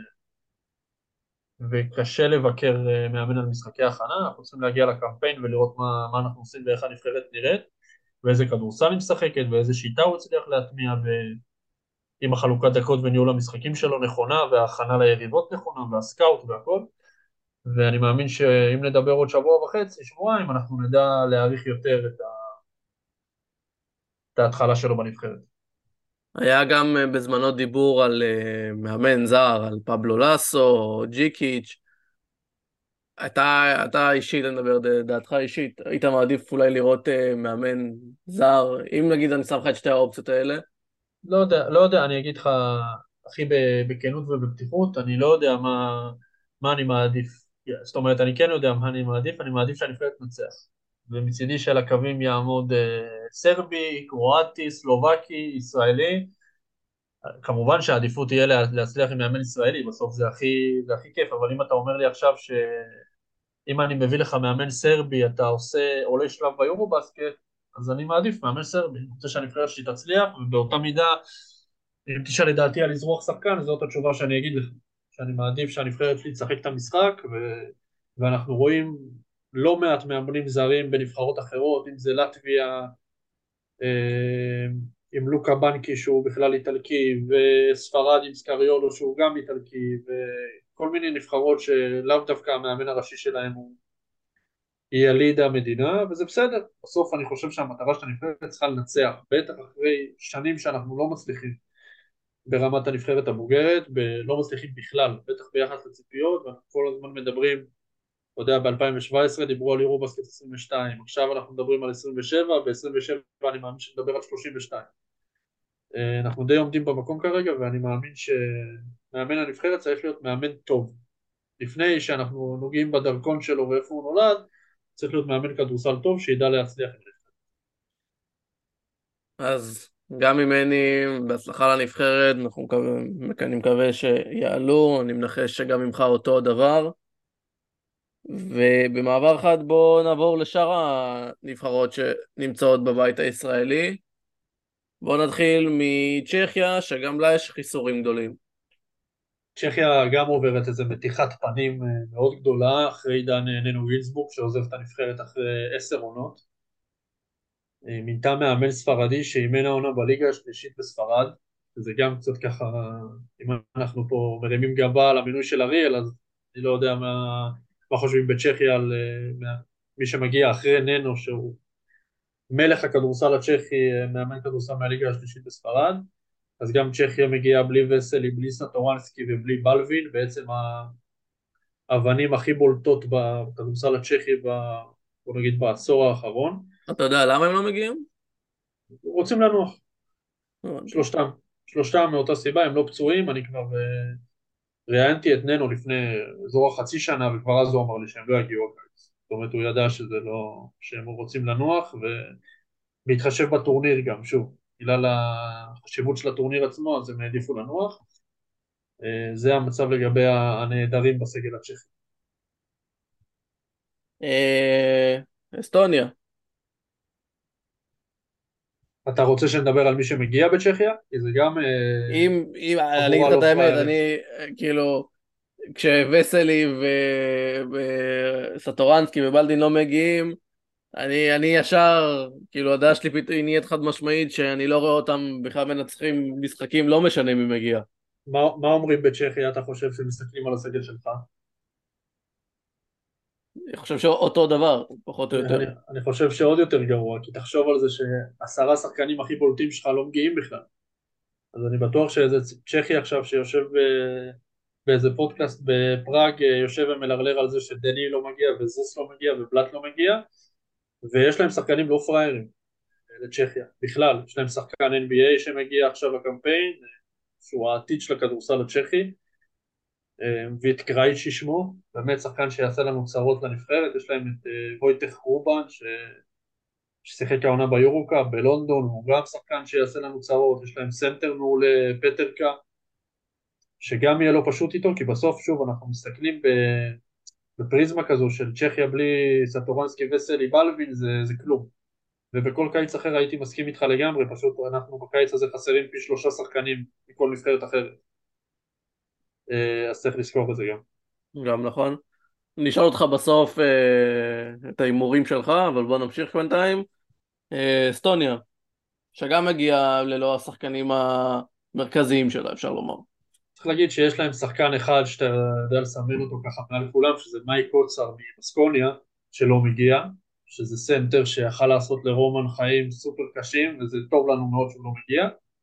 וקשה לבקר אה, מאמן על משחקי הכנה, אנחנו צריכים להגיע לקמפיין ולראות מה, מה אנחנו עושים ואיך הנבחרת נראית, ואיזה כדורסל היא משחקת, ואיזה שיטה הוא הצליח להטמיע, ועם החלוקת דקות וניהול המשחקים שלו נכונה, וההכנה ליריבות נכונה, והסקאוט והכל, ואני מאמין שאם נדבר עוד שבוע וחצי, שבועיים, אנחנו נדע להעריך יותר את, ה... את ההתחלה שלו בנבחרת. היה גם אה, בזמנו דיבור על אה, מאמן זר, על פבלו לסו, ג'יקיץ'. אתה, אתה אישית, אני מדבר ד- דעתך אישית, היית מעדיף אולי לראות אה, מאמן זר, אם נגיד אני שם לך את שתי האופציות האלה. לא יודע, לא יודע, אני אגיד לך, הכי ב- בכנות ובפתיחות, אני לא יודע מה, מה אני מעדיף. זאת אומרת, אני כן יודע מה אני מעדיף, אני מעדיף שהנבחרת תנצח. ומצידי שעל הקווים יעמוד אה, סרבי, קרואטי, סלובקי, ישראלי. כמובן שהעדיפות תהיה לה- להצליח עם מאמן ישראלי, בסוף זה הכי, זה הכי כיף, אבל אם אתה אומר לי עכשיו שאם אני מביא לך מאמן סרבי, אתה עושה, עולה שלב ביורו בסקט, אז אני מעדיף מאמן סרבי, אני רוצה שהנבחרת שלי תצליח, ובאותה מידה, אם תשאל לדעתי על לזרוח שחקן, זאת התשובה שאני אגיד לך, שאני מעדיף שהנבחרת שלי תשחק את המשחק, ו... ואנחנו רואים לא מעט מאמנים זרים בנבחרות אחרות, אם זה לטביה, אה, עם לוקה בנקי שהוא בכלל איטלקי, וספרד עם סקריולו שהוא גם איטלקי, וכל מיני נבחרות שלאו דווקא המאמן הראשי שלהם הוא היא יליד המדינה, וזה בסדר. בסוף אני חושב שהמטרה של הנבחרת צריכה לנצח, בטח אחרי שנים שאנחנו לא מצליחים ברמת הנבחרת הבוגרת, לא מצליחים בכלל, בטח ביחס לציפיות, ואנחנו כל הזמן מדברים, אתה יודע, ב-אלפיים שבע עשרה דיברו על יורובסקט עשרים ושתיים, עכשיו אנחנו מדברים על עשרים ושבע, ב-עשרים ושבע אני מאמין שנדבר על שלושים ושתיים. אה, אנחנו די עומדים במקום כרגע, ואני מאמין שמאמן הנבחרת צריך להיות מאמן טוב. לפני שאנחנו נוגעים בדרכון שלו ואיפה הוא נולד, צריך להיות מאמן כדורסל טוב שידע להצליח. אז גם ממני, בהצלחה לנבחרת, אנחנו מקווה, אני מקווה שיעלו, אני מנחש שגם ממך אותו הדבר. ובמעבר חד בואו נעבור לשאר הנבחרות שנמצאות בבית הישראלי. בואו נתחיל מצ'כיה, שגם לה יש חיסורים גדולים. צ'כיה גם עוברת איזו מתיחת פנים אה, מאוד גדולה אחרי עידן אה, ננו גינזבורג שעוזב את הנבחרת אחרי עשר עונות. אה, מינתה מאמן ספרדי שאימן העונה בליגה השלישית בספרד, וזה גם קצת ככה, אם אנחנו פה מרימים גבה על המינוי של אריאל, אז אני לא יודע מה, מה חושבים בצ'כיה על אה, מה, מי שמגיע אחרי ננו שהוא מלך הכדורסל הצ'כי, אה, מאמן כדורסל מהליגה השלישית בספרד. אז גם צ'כיה מגיעה בלי וסלי, בלי סטורנסקי ובלי בלווין, בעצם האבנים הכי בולטות בכדורסל הצ'כי, ב, בוא נגיד בעשור האחרון. אתה יודע למה הם לא מגיעים? רוצים לנוח, לא הבנתי. שלושתם, שלושתם מאותה סיבה, הם לא פצועים, אני כבר אה, ראיינתי את ננו לפני אזור החצי שנה, וכבר אז הוא אמר לי שהם לא יגיעו הקיץ. זאת אומרת, הוא ידע שזה לא, שהם רוצים לנוח, ובהתחשב בטורניר גם, שוב, בגלל החשיבות של הטורניר עצמו, אז הם העדיפו לנוח. אה, זה המצב לגבי הנעדרים בסגל הצ'כי. אה, אסטוניה. אתה רוצה שנדבר על מי שמגיע בצ'כיה? כי זה גם אה, אם, אם, אני אגיד חבורה לך את לא האמת, פראיירים. אני אה, כאילו, כשווסלי וסטורנסקי ובלדין לא מגיעים, אני, אני ישר, כאילו הדעה שלי פתאום היא נהיית חד משמעית שאני לא רואה אותם בכלל מנצחים משחקים, לא משנה מי מגיע. מה, מה אומרים בצ'כיה, אתה חושב, שמסתכלים על הסגל שלך? אני חושב שאותו דבר, פחות או אני, יותר. אני, אני חושב שעוד יותר גרוע, כי תחשוב על זה שעשרה שחקנים הכי בולטים שלך לא מגיעים בכלל. אז אני בטוח שאיזה צ'כי עכשיו שיושב ב, באיזה פודקאסט בפראג, אה, יושב ומלרלר על זה שדני לא מגיע וזוס לא מגיע ובלאט לא מגיע, ויש להם שחקנים לא פראיירים אה, לצ'כיה. בכלל, יש להם שחקן אן בי איי שמגיע עכשיו לקמפיין, אה, שהוא העתיד של הכדורסל הצ'כי, ואת קרייצ'י שמו, באמת שחקן שיעשה לנו צרות לנבחרת. יש להם את אה, וויטך רובן ש... ששיחק העונה ביורוקה בלונדון, הוא גם שחקן שיעשה לנו צרות. יש להם סנטר מעולה, פטרקה, שגם יהיה לא פשוט איתו, כי בסוף שוב אנחנו מסתכלים בפריזמה כזו של צ'כיה בלי סטורנסקי וסלי בלווין, זה, זה כלום. ובכל קיץ אחר הייתי מסכים איתך לגמרי, פשוט אנחנו בקיץ הזה חסרים פי שלושה שחקנים מכל נבחרת אחרת, אה, אז צריך לזכור את זה גם. גם נכון. נשאל אותך בסוף אה, את ההימורים שלך, אבל בוא נמשיך בינתיים. אה, אסטוניה, שגם מגיעה ללא השחקנים המרכזיים שלה, אפשר לומר. צריך להגיד שיש להם שחקן אחד שאתה יודע לסמן אותו ככה מעל כולם, שזה מייק קוצר ממסקוניה, שלא מגיע, שזה סנטר שיכל לעשות לרומן חיים סופר קשים, וזה טוב לנו מאוד שהוא לא מגיע.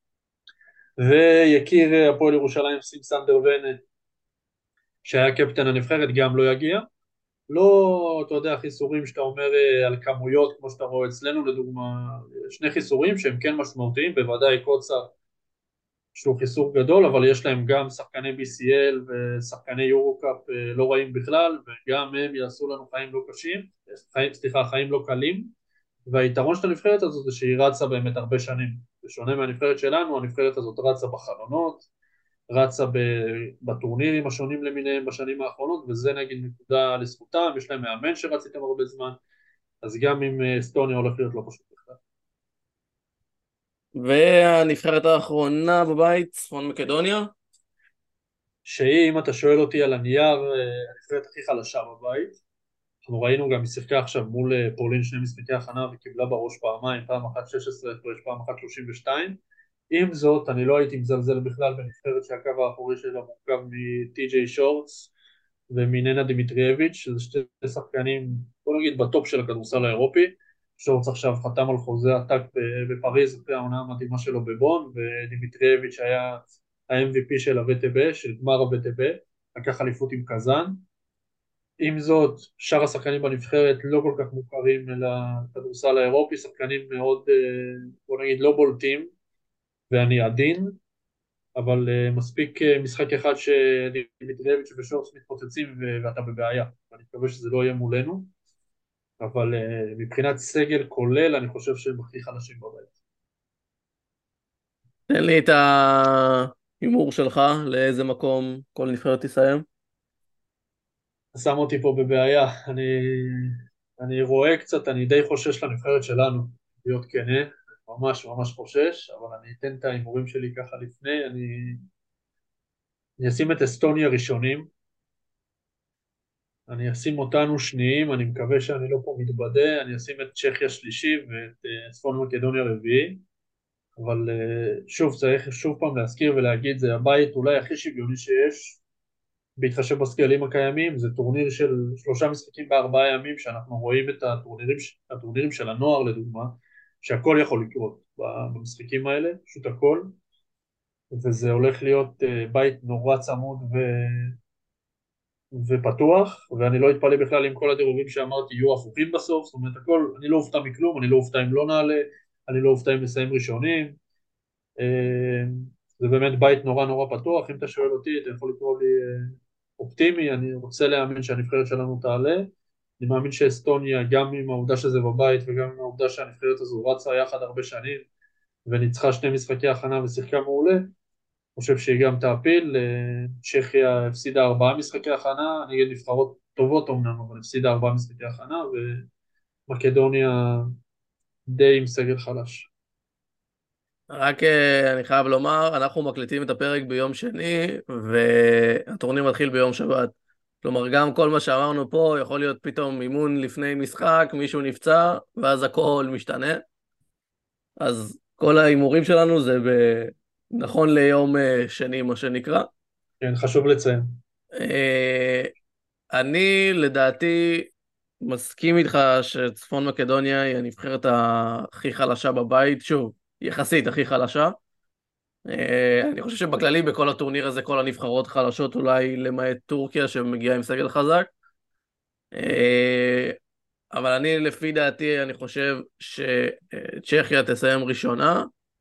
ויקיר הפועל ירושלים סים סנדר ונה, שהיה קפטן הנבחרת, גם לא יגיע. לא, אתה יודע, חיסורים שאתה אומר אה, על כמויות, כמו שאתה רואה אצלנו, לדוגמה, שני חיסורים שהם כן משמעותיים, בוודאי קוצר, שהוא חיסור גדול, אבל יש להם גם שחקני בי סי אל ושחקני יורו-קאפ אה, לא רעים בכלל, וגם הם יעשו לנו חיים לא קשים, חיים, סליחה, חיים לא קלים, והיתרון של הנבחרת הזאת זה שהיא רצה באמת הרבה שנים. בשונה מהנבחרת שלנו, הנבחרת הזאת רצה בחלונות, רצה בטורנירים השונים למיניהם בשנים האחרונות, וזה נגיד נקודה לזכותם, יש להם מאמן שרץ איתם הרבה זמן, אז גם עם אסטוניה הולך להיות לא פשוט בכלל. והנבחרת האחרונה בבית, צפון מקדוניה. שהיא, אם אתה שואל אותי על הנייר, הנבחרת הכי חלשה בבית. אנחנו ראינו גם, היא שיחקה עכשיו מול פולין שני משחקי הכנה וקיבלה בראש פעמיים, פעם אחת שש עשרה הפרש, פעם אחת שלושים ושתיים. עם זאת, אני לא הייתי מזלזל בכלל בנבחרת שהקו האחורי שלה מורכב מטי ג'יי שורטס ומננה דימיטריאביץ', שזה שתי שחקנים, בוא נגיד, בטופ של הכדורסל האירופי. שורטס עכשיו חתם על חוזה עתק בפריז אחרי העונה המדהימה שלו בבון, ודימיטריאביץ' היה ה-אם וי פי של ה-וי טי בי, של גמר ה-וי טי בי, לקח אליפות עם קזאן. עם זאת, שאר השחקנים בנבחרת לא כל כך מוכרים לכדורסל האירופי, שחקנים מאוד, בוא נגיד, לא בולטים, ואני עדין, אבל מספיק משחק אחד שדימיטריאביץ' ושורס מתפוצצים ואתה בבעיה, ואני מקווה שזה לא יהיה מולנו, אבל מבחינת סגל כולל, אני חושב שהם הכי חלשים בבית. תן לי את ההימור שלך, לאיזה מקום כל נבחרת תסיים. שם אותי פה בבעיה, אני, אני רואה קצת, אני די חושש לנבחרת שלנו, להיות כנה, ממש ממש חושש, אבל אני אתן את ההימורים שלי ככה לפני, אני, אני אשים את אסטוניה ראשונים, אני אשים אותנו שניים, אני מקווה שאני לא פה מתבדה, אני אשים את צ'כיה שלישי ואת uh, צפון מקדוניה רביעי, אבל uh, שוב, צריך שוב פעם להזכיר ולהגיד, זה הבית אולי הכי שוויוני שיש, בהתחשב בסקלים הקיימים, זה טורניר של שלושה משחקים בארבעה ימים, שאנחנו רואים את הטורנירים, הטורנירים של הנוער לדוגמה, שהכל יכול לקרות במשחקים האלה, פשוט הכל, וזה הולך להיות uh, בית נורא צמוד ו... ופתוח, ואני לא אתפלא בכלל אם כל הדירוגים שאמרתי יהיו הפוכים בסוף, זאת אומרת הכל, אני לא אופתע מכלום, אני לא אופתע אם לא נעלה, אני לא אופתע אם נסיים ראשונים, אה, זה באמת בית נורא נורא פתוח, אם אתה שואל אותי, אתה יכול לקרוא לי אה, אופטימי, אני רוצה להאמין שהנבחרת שלנו תעלה, אני מאמין שאסטוניה, גם עם העובדה שזה בבית וגם עם העובדה שהנבחרת הזו רצה יחד הרבה שנים, וניצחה שני משחקי הכנה ושיחקה מעולה, חושב שהיא גם תעפיל, צ'כיה הפסידה ארבעה משחקי הכנה, נגד נבחרות טובות אמנם, אבל הפסידה ארבעה משחקי הכנה, ומקדוניה די עם סגל חלש. רק אה, אני חייב לומר, אנחנו מקליטים את הפרק ביום שני, והטורניר מתחיל ביום שבת. כלומר, גם כל מה שאמרנו פה יכול להיות פתאום אימון לפני משחק, מישהו נפצע, ואז הכל משתנה. אז כל ההימורים שלנו זה ב... נכון ליום אה, שני, מה שנקרא. כן, חשוב לציין. אה, אני לדעתי מסכים איתך שצפון מקדוניה היא הנבחרת הכי חלשה בבית, שוב, יחסית הכי חלשה. אה, אני חושב שבכללי בכל הטורניר הזה כל הנבחרות חלשות, אולי למעט טורקיה שמגיעה עם סגל חזק. אה, אבל אני לפי דעתי אני חושב שצ'כיה תסיים ראשונה,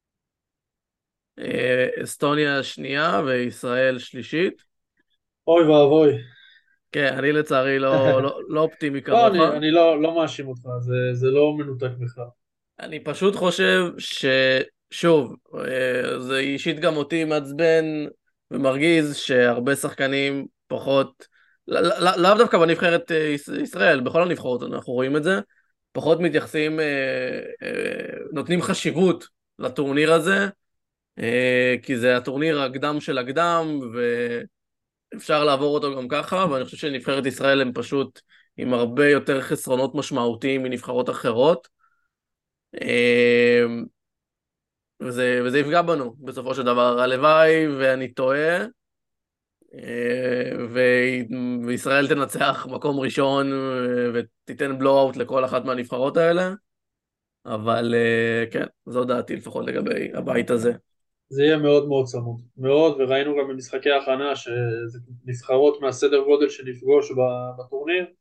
אה, אסטוניה שנייה וישראל שלישית. אוי ואבוי. כן, אני לצערי לא, לא, לא אופטימי לא, כמוך. אני, אני לא, לא מאשים אותך, זה, זה לא מנותק בכלל. אני פשוט חושב ששוב, אה, זה אישית גם אותי מעצבן ומרגיז שהרבה שחקנים פחות, לא- לא- לאו דווקא בנבחרת אה, יש- ישראל, בכל הנבחרות אנחנו רואים את זה, פחות מתייחסים, אה, אה, נותנים חשיבות לטורניר הזה, אה, כי זה הטורניר הקדם של הקדם, ואפשר לעבור אותו גם ככה, ואני חושב שנבחרת ישראל הם פשוט עם הרבה יותר חסרונות משמעותיים מנבחרות אחרות. אה, וזה, וזה יפגע בנו בסופו של דבר, הלוואי ואני טועה, אה, ו- וישראל תנצח מקום ראשון אה, ותיתן בלואו-אוט לכל אחת מהנבחרות האלה, אבל אה, כן, זו דעתי לפחות לגבי הבית הזה. זה יהיה מאוד מאוד צמוד, מאוד, וראינו גם במשחקי ההכנה שזה נבחרות מהסדר גודל שנפגוש בטורניר,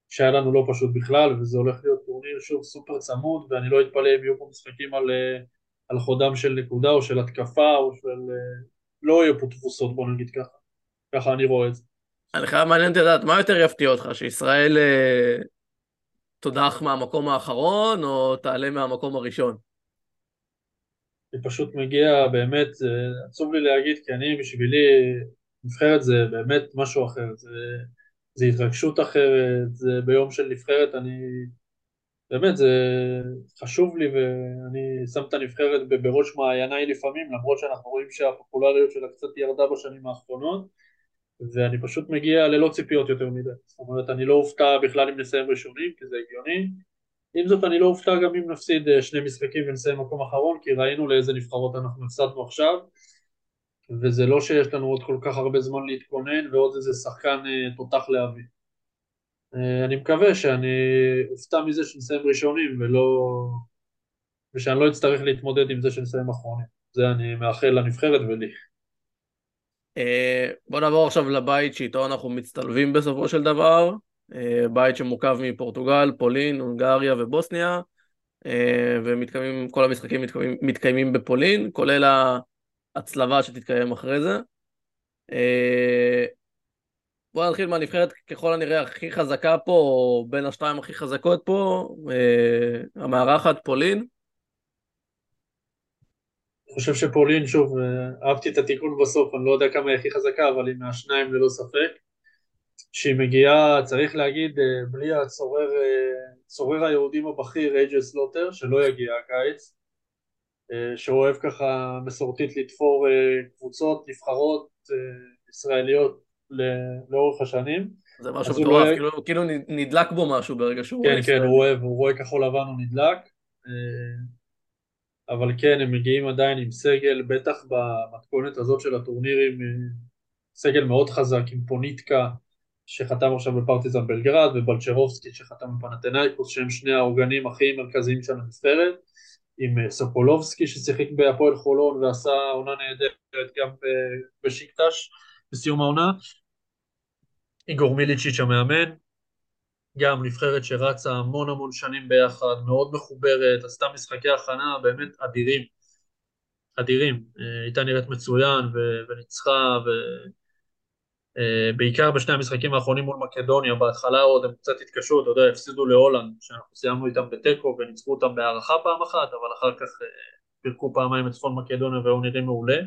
שהיה לנו לא פשוט בכלל, וזה הולך להיות טורניר שוב סופר צמוד, ואני לא אתפלא אם יהיו פה משחקים על, אה, על חודם של נקודה או של התקפה, או של... אה, לא יהיו פה תבוסות, בוא נגיד ככה. ככה אני רואה את זה. אני חייב מעניין לדעת, מה יותר יפתיע אותך, שישראל אה, תודח מהמקום האחרון, או תעלה מהמקום הראשון? אני פשוט מגיע, באמת, זה עצוב לי להגיד, כי אני, בשבילי, נבחרת זה באמת משהו אחר, זה, זה התרגשות אחרת, זה ביום של נבחרת, אני, באמת, זה חשוב לי, ואני שם את הנבחרת ב- בראש מעייניי לפעמים, למרות שאנחנו רואים שהפופולריות שלה קצת ירדה בשנים האחרונות, ואני פשוט מגיע ללא ציפיות יותר מדי. זאת אומרת, אני לא אופתע בכלל אם נסיים ראשונים, כי זה הגיוני. עם זאת, אני לא אופתע גם אם נפסיד אה, שני משחקים ונסיים מקום אחרון, כי ראינו לאיזה נבחרות אנחנו הפסדנו עכשיו, וזה לא שיש לנו עוד כל כך הרבה זמן להתכונן, ועוד איזה שחקן אה, תותח להביא. אה, אני מקווה שאני אופתע מזה שנסיים ראשונים, ולא... ושאני לא אצטרך להתמודד עם זה שנסיים אחרונים. זה אני מאחל לנבחרת ולי. אה, בוא נעבור עכשיו לבית שאיתו אנחנו מצטלבים בסופו של דבר, אה, בית שמורכב מפורטוגל, פולין, הונגריה ובוסניה, אה, ומתקיימים, כל המשחקים מתקיימים, מתקיימים בפולין, כולל ההצלבה שתתקיים אחרי זה. אה, בוא נתחיל מהנבחרת ככל הנראה הכי חזקה פה, או בין השתיים הכי חזקות פה, אה, המארחת פולין. אני חושב שפולין, שוב, אה, אהבתי את התיקון בסוף, אני לא יודע כמה היא הכי חזקה, אבל היא מהשניים ללא ספק. שהיא מגיעה, צריך להגיד, אה, בלי הצורר, אה, צורר היהודים הבכיר, אייג'ל סלוטר, שלא יגיע הקיץ, אה, שאוהב ככה מסורתית לתפור אה, קבוצות, נבחרות אה, ישראליות ל- לאורך השנים. זה משהו אז הוא לא מטורף, יהיה, כאילו, כאילו נדלק בו משהו ברגע שהוא רואה כן, כן, הוא ישראלי. אוהב, הוא רואה כחול לבן, הוא נדלק. אה, אבל כן, הם מגיעים עדיין עם סגל, בטח במתכונת הזאת של הטורנירים, אה, סגל מאוד חזק עם פוניטקה, שחתם עכשיו בפרטיזן בלגרד, ובלצ'רובסקי שחתם בפנתנאיקוס, שהם שני העוגנים הכי מרכזיים של הנבחרת, עם אה, סוקולובסקי ששיחק בהפועל חולון ועשה עונה נהדרת גם ב- בשיקטש בסיום העונה, איגור מיליצ'יץ' המאמן, גם נבחרת שרצה המון המון שנים ביחד, מאוד מחוברת, עשתה משחקי הכנה באמת אדירים, אדירים, אה, הייתה נראית מצוין ו- וניצחה, ובעיקר בשני המשחקים האחרונים מול מקדוניה, בהתחלה עוד הם קצת התקשו, אתה יודע, הפסידו להולנד, שאנחנו סיימנו איתם בתיקו וניצחו אותם בהערכה פעם אחת, אבל אחר כך אה, פירקו פעמיים את צפון מקדוניה והיו נראים מעולה.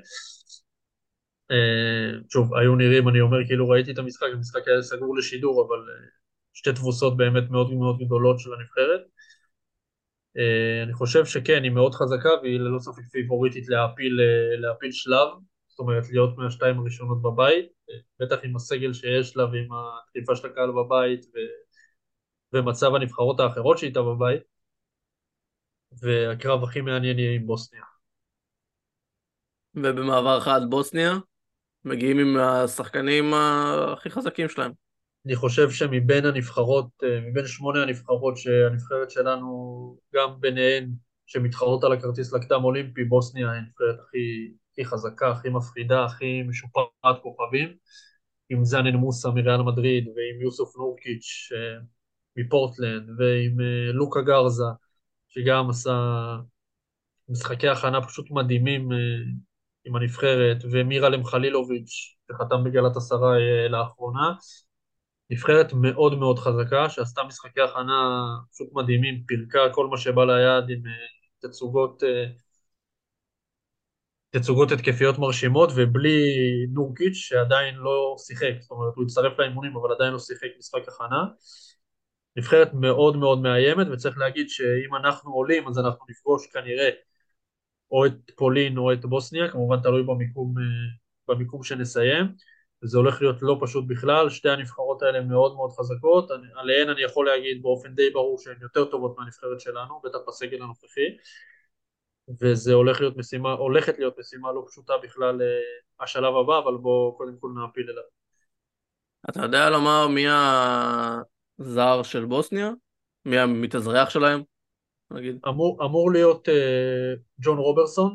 אה, שוב, היו נראים, אני אומר, כאילו ראיתי את המשחק, המשחק היה סגור לשידור, אבל אה, שתי תבוסות באמת מאוד מאוד גדולות של הנבחרת. אה, אני חושב שכן, היא מאוד חזקה והיא ללא ספק פיבוריטית להפיל, אה, להפיל שלב, זאת אומרת להיות מהשתיים הראשונות בבית, אה, בטח עם הסגל שיש לה ועם הדחיפה של הקהל בבית ו... ומצב הנבחרות האחרות שאיתה בבית, והקרב הכי מעניין יהיה עם בוסניה. ובמעבר חד בוסניה, מגיעים עם השחקנים הכי חזקים שלהם. אני חושב שמבין הנבחרות, אה, מבין שמונה הנבחרות שהנבחרת שלנו, גם ביניהן שמתחרות על הכרטיס לקדם אולימפי, בוסניה היא הנבחרת הכי, הכי חזקה, הכי מפחידה, הכי משופעת כוכבים, עם זאנן מוסא מריאל מדריד, ועם יוסוף נורקיץ' אה, מפורטלנד, ועם אה, לוקה גרזה, שגם עשה משחקי הכנה פשוט מדהימים אה, עם הנבחרת, ומירלם חלילוביץ', שחתם בגלת אסריי אה, לאחרונה. נבחרת מאוד מאוד חזקה, שעשתה משחקי הכנה פשוט מדהימים, פירקה כל מה שבא ליד עם אה, תצוגות, אה, תצוגות התקפיות מרשימות, ובלי נורקיץ' שעדיין לא שיחק, זאת אומרת הוא הצטרף לאימונים אבל עדיין לא שיחק משחק הכנה. נבחרת מאוד מאוד מאיימת, וצריך להגיד שאם אנחנו עולים אז אנחנו נפגוש כנראה או את פולין או את בוסניה, כמובן תלוי במיקום, אה, במיקום שנסיים, וזה הולך להיות לא פשוט בכלל. שתי הנבחרות האלה מאוד מאוד חזקות, אני, עליהן אני יכול להגיד באופן די ברור שהן יותר טובות מהנבחרת שלנו, בטח בסגל הנוכחי, וזה הולך להיות משימה, הולכת להיות משימה לא פשוטה בכלל, אה, השלב הבא, אבל בואו קודם כל נעפיל אליו. אתה יודע לומר מי הזר של בוסניה? מי המתאזרח שלהם, נגיד? אמור, אמור להיות אה, ג'ון רוברסון,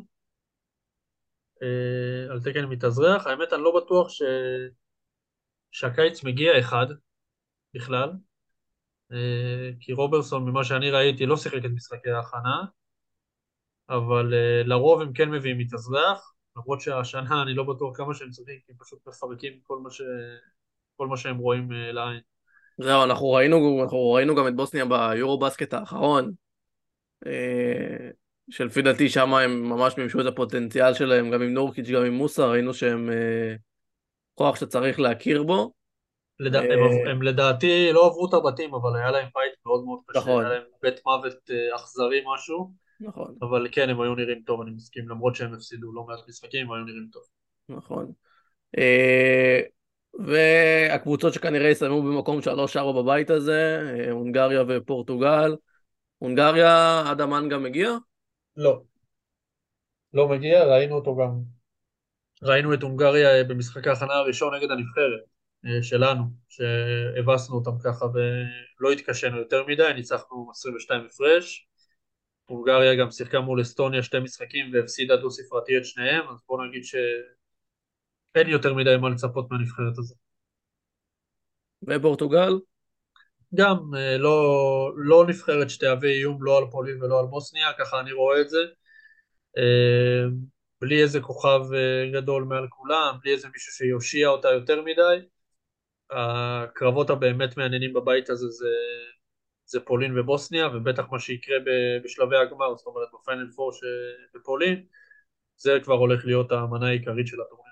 אה, על תקן מתאזרח, האמת אני לא בטוח ש... שהקיץ מגיע אחד בכלל, כי רוברסון, ממה שאני ראיתי, לא שיחק את משחקי ההכנה, אבל לרוב הם כן מביאים מתאזרח, למרות שהשנה אני לא בטוח כמה שהם צריכים, כי הם פשוט מפרקים כל מה, ש... כל מה שהם רואים לעין. זהו, אנחנו ראינו, אנחנו ראינו גם את בוסניה ביורו בסקט האחרון, אה, שלפי דעתי שם הם ממש מימשו את הפוטנציאל שלהם, גם עם נורקיץ', גם עם מוסה, ראינו שהם אה, כוח שצריך להכיר בו. לד... הם, עב- אה, הם לדעתי לא עברו את הבתים, אבל היה להם בית מאוד מאוד קשה, היה נכון, להם בית מוות אה, אכזרי משהו, נכון, אבל כן, הם היו נראים טוב, אני מסכים, למרות שהם הפסידו לא מעט משחקים, הם היו נראים טוב. נכון. אה, והקבוצות שכנראה יסיימו במקום שלוש ארבע בבית הזה, אה, הונגריה ופורטוגל. הונגריה, אדם מנגה מגיע? לא, לא מגיע, ראינו אותו גם, ראינו את הונגריה אה, במשחק ההכנה הראשון נגד הנבחרת אה, שלנו, שהבסנו אותם ככה ולא התקשינו יותר מדי, ניצחנו עשרים ושתיים הפרש. הונגריה גם שיחקה מול אסטוניה שתי משחקים והפסידה דו ספרתי את שניהם, אז בוא נגיד שאין יותר מדי מה לצפות מהנבחרת הזאת. ופורטוגל? גם אה, לא, לא נבחרת שתהווה איום לא על פולין ולא על בוסניה, ככה אני רואה את זה. אה, בלי איזה כוכב אה, גדול מעל כולם, בלי איזה מישהו שיושיע אותה יותר מדי. הקרבות הבאמת מעניינים בבית הזה זה, זה פולין ובוסניה, ובטח מה שיקרה ב- בשלבי הגמר, זאת אומרת בפיינל פור בפולין, זה כבר הולך להיות המנה העיקרית של הטורניר.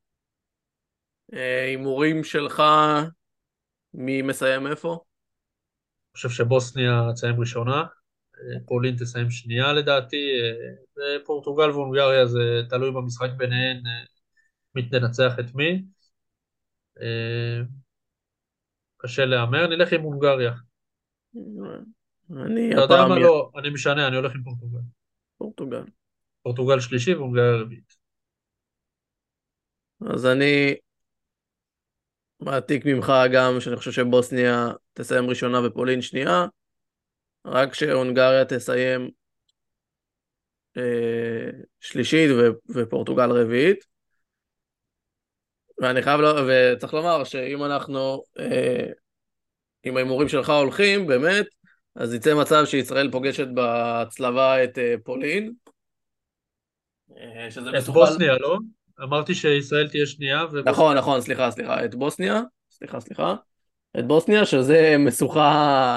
אה, הימורים שלך, מי מסיים איפה? אני חושב שבוסניה תסיים ראשונה, אה, פולין תסיים שנייה לדעתי, אה, ופורטוגל והונגריה זה תלוי במשחק ביניהן, אה, מי תנצח את מי. אה, קשה להמר, נלך עם הונגריה. אני אתה יודע הפעם מה? יהיה לא, אני משנה, אני הולך עם פורטוגל. פורטוגל. פורטוגל שלישי והונגריה רביעית. אז אני מעתיק ממך גם שאני חושב שבוסניה תסיים ראשונה ופולין שנייה, רק שהונגריה תסיים אה, שלישית ו- ופורטוגל רביעית. ואני חייב, לא, וצריך לומר שאם אנחנו, אה, אם ההימורים שלך הולכים, באמת, אז יצא מצב שישראל פוגשת בהצלבה את אה, פולין, אה, שזה את משוכה... בוסניה, לא? אמרתי שישראל תהיה שנייה נכון, ובוסניה נכון, תחתום. סליחה, סליחה, את בוסניה, סליחה, סליחה, את בוסניה, שזה משוכה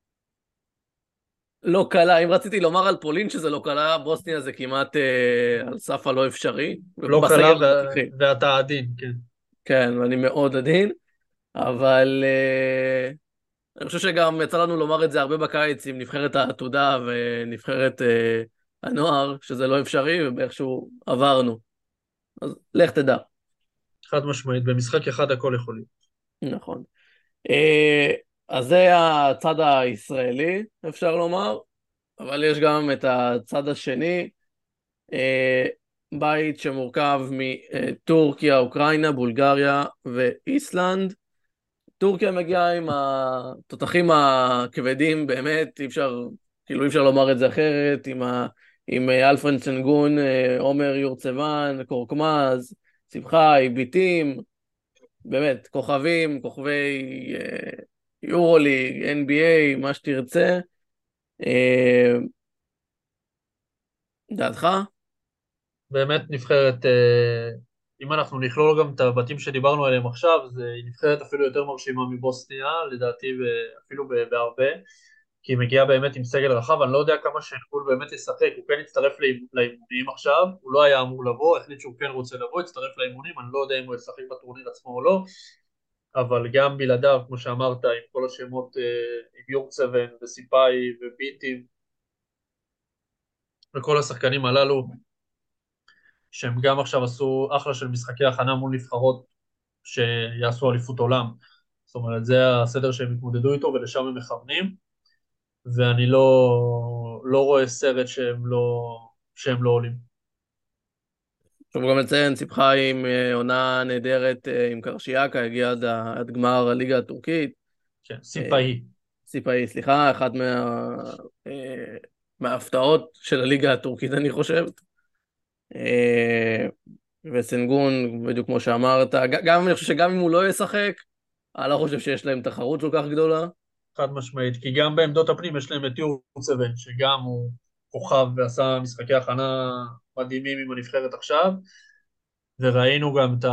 לא קלה. אם רציתי לומר על פולין שזה לא קלה, בוסניה זה כמעט אה, על סף הלא אפשרי, לא קלה בסגל ו- הנוכחי. ואתה עדין, כן. כן, ואני מאוד עדין, אבל אה, אני חושב שגם יצא לנו לומר את זה הרבה בקיץ עם נבחרת העתודה ונבחרת אה, הנוער, שזה לא אפשרי, ובאיכשהו עברנו. אז לך תדע. חד משמעית, במשחק אחד הכל יכול להיות. נכון. אה, אז זה הצד הישראלי, אפשר לומר, אבל יש גם את הצד השני, אה, בית שמורכב מטורקיה, אוקראינה, בולגריה ואיסלנד. טורקיה מגיעה עם התותחים הכבדים, באמת, אי אפשר, כאילו אי אפשר לומר את זה אחרת, עם, ה, עם אה, אלפרן סנגון, אה, עומר יורצבן, קורקמז, צמחי, ביטים, באמת, כוכבים, כוכבי אה, יורוליג, אן בי איי, מה שתרצה. אה, דעתך? באמת נבחרת, אה, אם אנחנו נכלול גם את הבתים שדיברנו עליהם עכשיו, זה נבחרת אפילו יותר מרשימה מבוסניה, לדעתי אפילו בהרבה, כי היא מגיעה באמת עם סגל רחב, אני לא יודע כמה שנגול באמת ישחק, הוא כן הצטרף לאימונים עכשיו, הוא לא היה אמור לבוא, החליט שהוא כן רוצה לבוא, הצטרף לאימונים, אני לא יודע אם הוא ישחק בטורניר עצמו או לא, אבל גם בלעדיו, כמו שאמרת, עם כל השמות, אה, עם יורצבן וסיפאי וביטים, וכל השחקנים הללו, שהם גם עכשיו עשו אחלה של משחקי הכנה מול נבחרות שיעשו אליפות עולם. זאת אומרת, זה הסדר שהם התמודדו איתו ולשם הם מכוונים, ואני לא, לא רואה סרט שהם לא, שהם לא עולים. חשוב גם לציין, ציפחה עם אה, עונה נהדרת אה, עם קרשיאקה, הגיע עד, ה- עד גמר הליגה הטורקית. כן, אה, סיפאי. סיפאי, סליחה, אחת מה, אה, מההפתעות של הליגה הטורקית, אני חושב. אה, וסנגון, בדיוק כמו שאמרת, ג- גם אני חושב שגם אם הוא לא ישחק, אני לא חושב שיש להם תחרות כל כך גדולה. חד משמעית, כי גם בעמדות הפנים יש להם את יורצבן, שגם הוא כוכב ועשה משחקי הכנה מדהימים עם הנבחרת עכשיו, וראינו גם את, ה...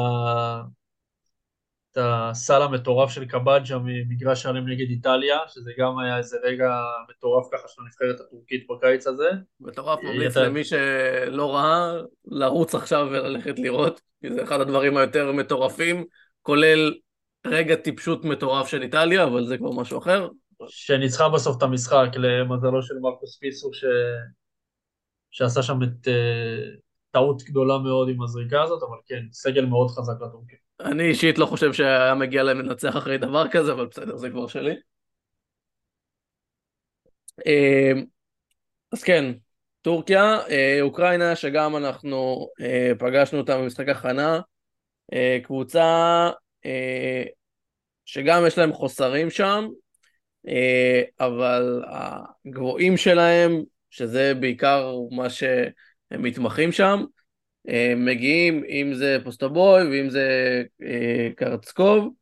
את הסל המטורף של קבג'ה ממגרש שלם נגד איטליה, שזה גם היה איזה רגע מטורף ככה של הנבחרת הטורקית בקיץ הזה. מטורף, ממליץ אתה... למי שלא ראה, לרוץ עכשיו וללכת לראות, כי זה אחד הדברים היותר מטורפים, כולל רגע טיפשות מטורף של איטליה, אבל זה כבר משהו אחר. שניצחה בסוף את המשחק למזלו של מרקוס פיסו, ש... שעשה שם את uh, טעות גדולה מאוד עם הזריקה הזאת, אבל כן, סגל מאוד חזק לטורקים. אני אישית לא חושב שהיה מגיע להם לנצח אחרי דבר כזה, אבל בסדר, זה כבר שלי. אה, אז כן, טורקיה, אה, אוקראינה, שגם אנחנו אה, פגשנו אותה במשחק הכנה, אה, קבוצה אה, שגם יש להם חוסרים שם, אה, אבל הגבוהים שלהם, שזה בעיקר מה שהם מתמחים שם, אה, מגיעים, אם זה פוסטובוי ואם זה אה, קרצקוב.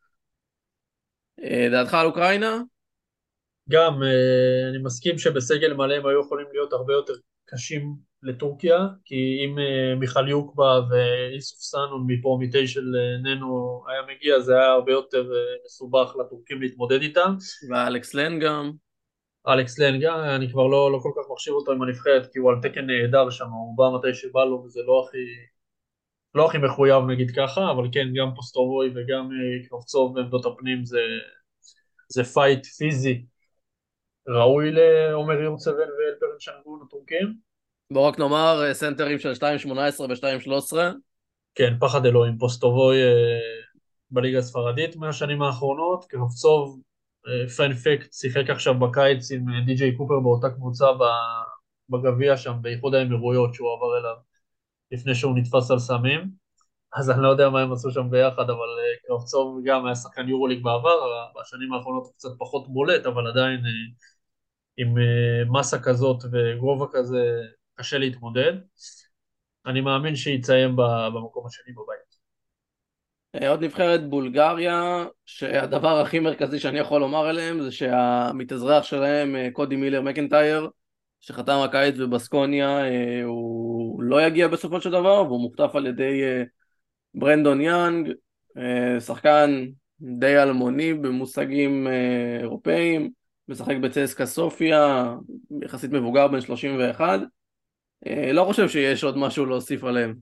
אה, דעתך על אוקראינה? גם, אה, אני מסכים שבסגל מלא הם היו יכולים להיות הרבה יותר קשים לטורקיה, כי אם אה, מיכל יוקבה ואיסוף סאנון מפה מתי של אה, ננו היה מגיע, זה היה הרבה יותר אה, מסובך לטורקים להתמודד איתם. ואלכס לן גם. אלכס לנגה, אני כבר לא, לא כל כך מחשיב אותו עם הנבחרת, כי הוא על תקן נהדר שם, הוא בא מתי שבא לו, וזה לא הכי, לא הכי מחויב נגיד ככה, אבל כן, גם פוסטובוי וגם אה, קרבצוב בעמדות הפנים זה, זה פייט פיזי ראוי לעומר יורצבן ואלפרן שנגון הטורקים. בואו רק נאמר, אה, סנטרים של שתיים שמונה עשרה ו-שתיים שלוש עשרה. כן, פחד אלוהים, פוסטובוי אה, בליגה הספרדית מהשנים האחרונות, קרבצוב, פנפקט, שיחק עכשיו בקיץ עם אה, די.ג'יי קופר באותה קבוצה בגביע שם, באיחוד האמירויות שהוא עבר אליו לפני שהוא נתפס על סמים, אז אני לא יודע מה הם עשו שם ביחד, אבל אה, קרבצוב גם היה שחקן יורוליג בעבר, בשנים האחרונות הוא קצת פחות בולט, אבל עדיין אה, עם אה, מסה כזאת וגובה כזה קשה להתמודד. אני מאמין שיציין במקום השני בבית. אה, עוד נבחרת בולגריה, שהדבר הכי מרכזי שאני יכול לומר עליהם זה שהמתאזרח שלהם, אה, קודי מילר מקנטייר, שחתם הקיץ בבסקוניה, אה, הוא לא יגיע בסופו של דבר, והוא מוקטף על ידי אה, ברנדון יאנג, אה, שחקן די אלמוני במושגים אה, אירופאים, משחק בצסקה סופיה, יחסית מבוגר בן שלושים ואחת. אה, לא חושב שיש עוד משהו להוסיף עליהם.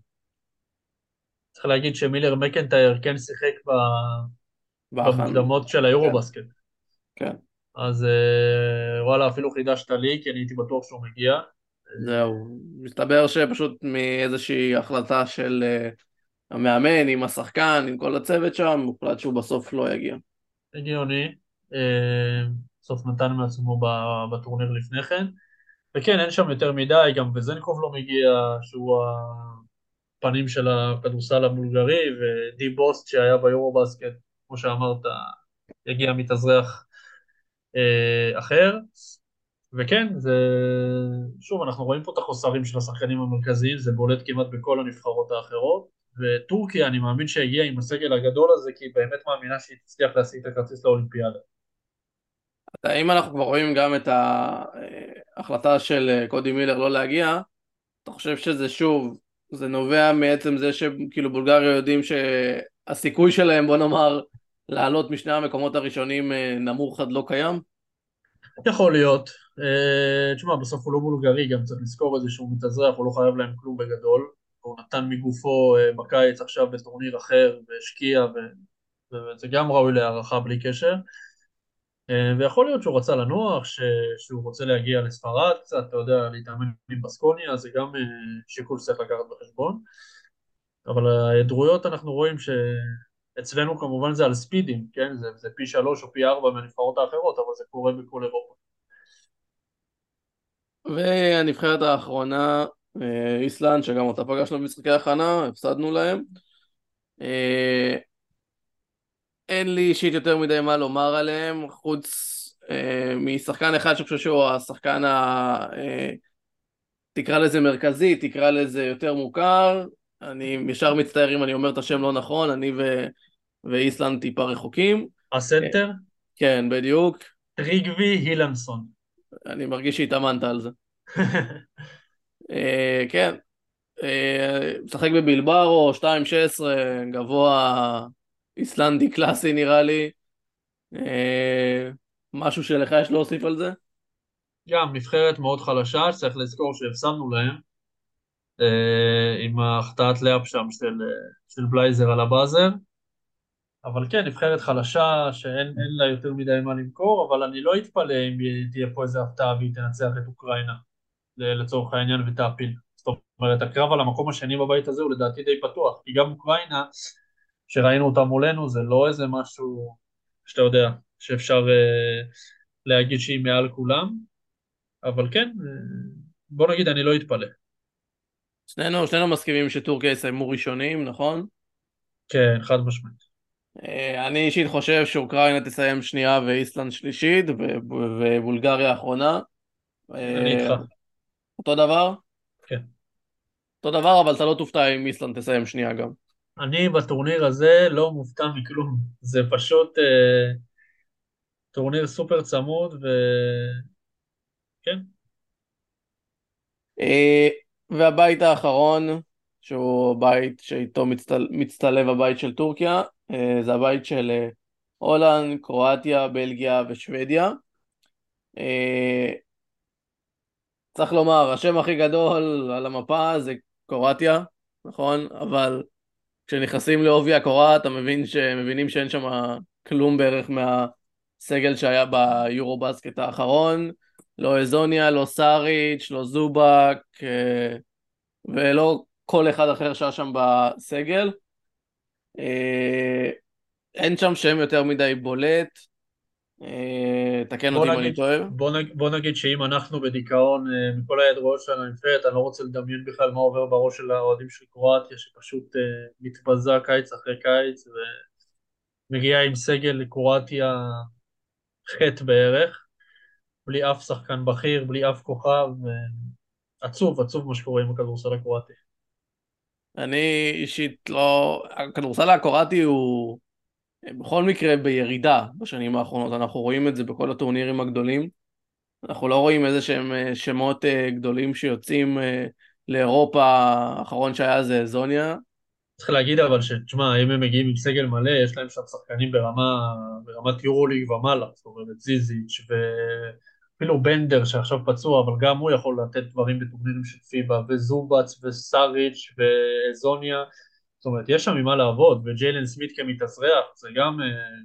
צריך להגיד שמילר מקנטייר כן שיחק ב... בהכן. במוקדמות של כן, היורובסקט. כן. אז אה, וואלה, אפילו חידשת לי, כי אני הייתי בטוח שהוא מגיע. זהו. מסתבר שפשוט מאיזושהי החלטה של אה, המאמן עם השחקן, עם כל הצוות שם, הוחלט שהוא בסוף לא יגיע. הגיוני. אה, בסוף נתן מעצמו ב- בטורניר לפני כן. וכן, אין שם יותר מדי, גם וזנקוב לא מגיע, שהוא הפנים של הכדורסל הבולגרי, ודי בוסט שהיה ביורובסקט, כמו שאמרת, יגיע מתאזרח אה, אחר. וכן, זה... שוב, אנחנו רואים פה את החוסרים של השחקנים המרכזיים, זה בולט כמעט בכל הנבחרות האחרות, וטורקיה, אני מאמין שהגיעה עם הסגל הגדול הזה, כי היא באמת מאמינה שהיא תצליח להשיג את הכרטיס לאולימפיאדה. אם אנחנו כבר רואים גם את ההחלטה של אה, קודי מילר לא להגיע, אתה חושב שזה שוב, זה נובע מעצם זה שכאילו בולגריה יודעים שהסיכוי שלהם, בוא נאמר, לעלות משני המקומות הראשונים אה, נמוך עד לא קיים? יכול להיות. אה, תשמע, בסוף הוא לא בולגרי, גם צריך לזכור איזה שהוא מתאזרח, הוא לא חייב להם כלום בגדול. הוא נתן מגופו אה, בקיץ עכשיו בטורניר אחר, והשקיע, ו- וזה גם ראוי להערכה בלי קשר. אה, ויכול להיות שהוא רצה לנוח, ש... שהוא רוצה להגיע לספרד קצת, אתה יודע, להתאמן עם בסקוניה, זה גם אה, שיקול שצריך לקחת בחשבון. אבל ההיעדרויות אנחנו רואים שאצלנו כמובן זה על ספידים, כן? זה, זה פי שלוש או פי ארבע מהנבחרות האחרות, אבל זה קורה בכל אירופה. והנבחרת האחרונה, אה, איסלנד, שגם אותה פגשנו במשחקי הכנה, הפסדנו להם. אה, אין לי אישית יותר מדי מה לומר עליהם, חוץ אה, משחקן אחד שאני חושב שהוא השחקן ה... אה, תקרא לזה מרכזי, תקרא לזה יותר מוכר. אני ישר מצטער אם אני אומר את השם לא נכון, אני ו... ואיסלנד טיפה רחוקים. אה, הסנטר, כן, בדיוק. טריגבי הילנסון. אני מרגיש שהתאמנת על זה. אה, כן, אה, משחק בבילבאו, שתיים שש עשרה, גבוה, איסלנדי קלאסי נראה לי. אה, משהו שלך יש להוסיף על זה? גם נבחרת מאוד חלשה, צריך לזכור שהפסמנו להם, אה, עם ההחטאת לאפ שם של, אה, של בלייזר על הבאזר, אבל כן, נבחרת חלשה שאין אין לה יותר מדי מה למכור, אבל אני לא אתפלא אם תהיה פה איזה הפתעה והיא תנצח את אוקראינה, לצורך העניין, ותעפיל. זאת אומרת, הקרב על המקום השני בבית הזה הוא לדעתי די פתוח, כי גם אוקראינה, שראינו אותה מולנו, זה לא איזה משהו שאתה יודע, שאפשר אה, להגיד שהיא מעל כולם, אבל כן, אה, בוא נגיד אני לא אתפלא. שנינו, שנינו מסכימים שטורקיה יסיימו ראשונים, נכון? כן, חד משמעית. אה, אני אישית חושב שאוקראינה תסיים שנייה ואיסלנד שלישית ו- ובולגריה האחרונה. אני איתך, אה, אותו דבר? כן. אותו דבר, אבל אתה לא תופתע אם איסלנד תסיים שנייה גם. אני בטורניר הזה לא מופתע מכלום, זה פשוט אה, טורניר סופר צמוד, וכן, אה, והבית האחרון, שהוא הבית שאיתו מצטל... מצטלב הבית של טורקיה, אה, זה הבית של אה, הולנד, קרואטיה, בלגיה ושוודיה. אה, צריך לומר, השם הכי גדול על המפה זה קרואטיה, נכון? אבל כשנכנסים לעובי הקורה, אתה מבין שמבינים שאין שם כלום בערך מהסגל שהיה ביורו בסקט האחרון. לא אזוניה, לא סאריץ', לא זובק, אה, ולא כל אחד אחר שהיה שם בסגל. אה, אין שם שם יותר מדי בולט. אה, תקן בוא אותי אם אני נגיד, טועה. בוא נגיד, בוא נגיד שאם אנחנו בדיכאון אה, מכל ההיעדרויות של הנבחרת, אני לא רוצה לדמיין בכלל מה עובר בראש של האוהדים של קרואטיה, שפשוט אה, מתבזה קיץ אחרי קיץ, ומגיעה עם סגל לקרואטיה חטא בערך, בלי אף שחקן בכיר, בלי אף כוכב, אה, עצוב, עצוב מה שקורה עם הכדורסל הקרואטי. אני אישית לא... הכדורסל הקרואטי הוא בכל מקרה בירידה בשנים האחרונות. אנחנו רואים את זה בכל הטורנירים הגדולים. אנחנו לא רואים איזה שהם אה, שמות אה, גדולים שיוצאים אה, לאירופה. האחרון שהיה זה זוניה. צריך להגיד אבל שתשמע, אם הם מגיעים עם סגל מלא, יש להם שם שחקנים ברמה, ברמת יורוליג ומעלה, זאת אומרת זיזיץ' ואפילו בנדר שעכשיו פצוע, אבל גם הוא יכול לתת דברים בטורנירים של פיבה, וזובץ וסאריץ' וזוניה, זאת אומרת, יש שם ממה לעבוד, וג'יילן סמית כמתאזרח, זה גם, אה,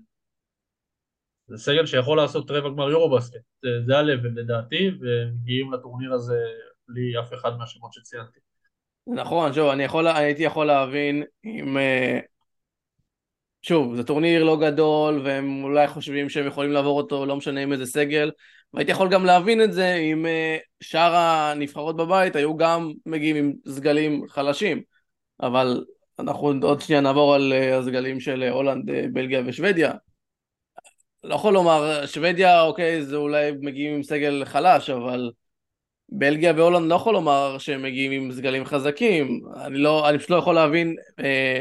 זה סגל שיכול לעשות רבע גמר יורו-בסקט, זה, זה הלבל לדעתי, ומגיעים לטורניר הזה בלי אף אחד מהשמות שציינתי. נכון, שוב, אני יכול, הייתי יכול להבין אם... אה, שוב, זה טורניר לא גדול, והם אולי חושבים שהם יכולים לעבור אותו, לא משנה עם איזה סגל. והייתי יכול גם להבין את זה אם אה, שאר הנבחרות בבית היו גם מגיעים עם סגלים חלשים. אבל אנחנו עוד שנייה נעבור על אה, הסגלים של אה, הולנד, אה, בלגיה ושוודיה. לא יכול לומר, שוודיה, אוקיי, זה אולי מגיעים עם סגל חלש, אבל בלגיה והולנד לא יכול לומר שהם מגיעים עם סגלים חזקים. אני לא, אני פשוט לא יכול להבין אה,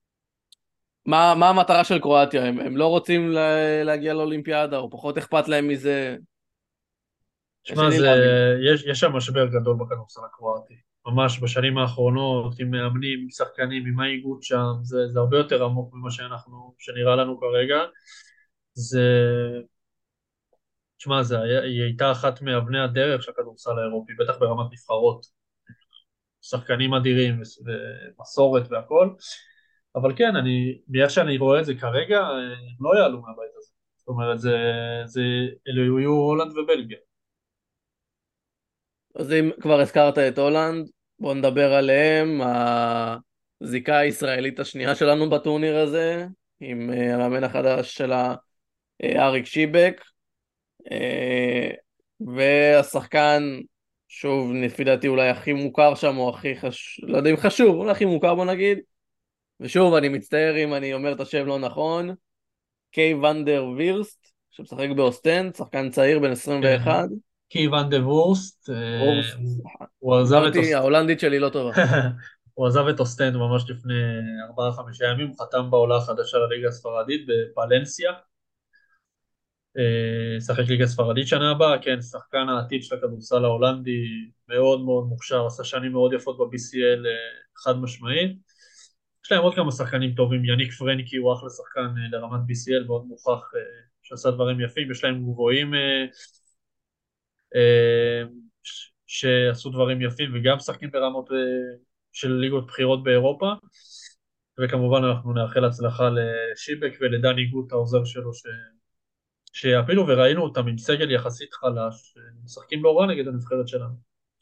מה, מה המטרה של קרואטיה. הם, הם לא רוצים לה, להגיע לאולימפיאדה, או פחות אכפת להם מזה. קשה שמע, לי זה, להבין. יש, יש שם משבר גדול בכדורסל הקרואטי. ממש בשנים האחרונות, עם מאמנים, עם שחקנים, עם האיגוד שם, זה, זה הרבה יותר עמוק ממה שאנחנו, שנראה לנו כרגע. זה, תשמע, זה היה, היא הייתה אחת מאבני הדרך של הכדורסל האירופי, בטח ברמת נבחרות. שחקנים אדירים ו- ומסורת והכל. אבל כן, אני, מאיך שאני רואה את זה כרגע, הם לא יעלו מהבית הזה. זאת אומרת, זה, זה, אלו יהיו הולנד ובלגיה. אז אם כבר הזכרת את הולנד, בואו נדבר עליהם. הזיקה הישראלית השנייה שלנו בטורניר הזה, עם אה, המאמן החדש שלה, אה, אריק שיבק. אה, והשחקן, שוב, לפי דעתי אולי הכי מוכר שם, או הכי חשוב, לא יודע אם חשוב, אולי הכי מוכר בוא נגיד. ושוב, אני מצטער אם אני אומר את השם לא נכון, קיי ונדר וירסט, שמשחק באוסטנד, שחקן צעיר בן כן, עשרים ואחת. קי ואן דה וורסט, אה, וורסט, הוא סליחה. הוא עזב את אמרתי, אוסט... ההולנדית שלי לא טובה. הוא עזב את אוסטנד ממש לפני ארבעה חמישה ימים, הוא חתם בעולה החדשה לליגה הספרדית בפלנסיה. אה, שחק ליגה ספרדית שנה הבאה, כן, שחקן העתיד של הכדורסל ההולנדי, מאוד מאוד מוכשר, עשה שנים מאוד יפות ב-בי סי אל, אה, חד משמעית. יש להם עוד כמה שחקנים טובים, יניק פרנקי הוא אחלה שחקן אה, לרמת בי סי אל, מאוד מוכח, אה, שעשה דברים יפים, יש להם גבוהים אה, אה, ש- שעשו דברים יפים וגם משחקים ברמות אה, של ליגות בכירות באירופה, וכמובן אנחנו נאחל הצלחה לשיבק ולדני גוט העוזר שלו ש... שיעפילו, וראינו אותם עם סגל יחסית חלש, משחקים לא רע נגד הנבחרת שלנו.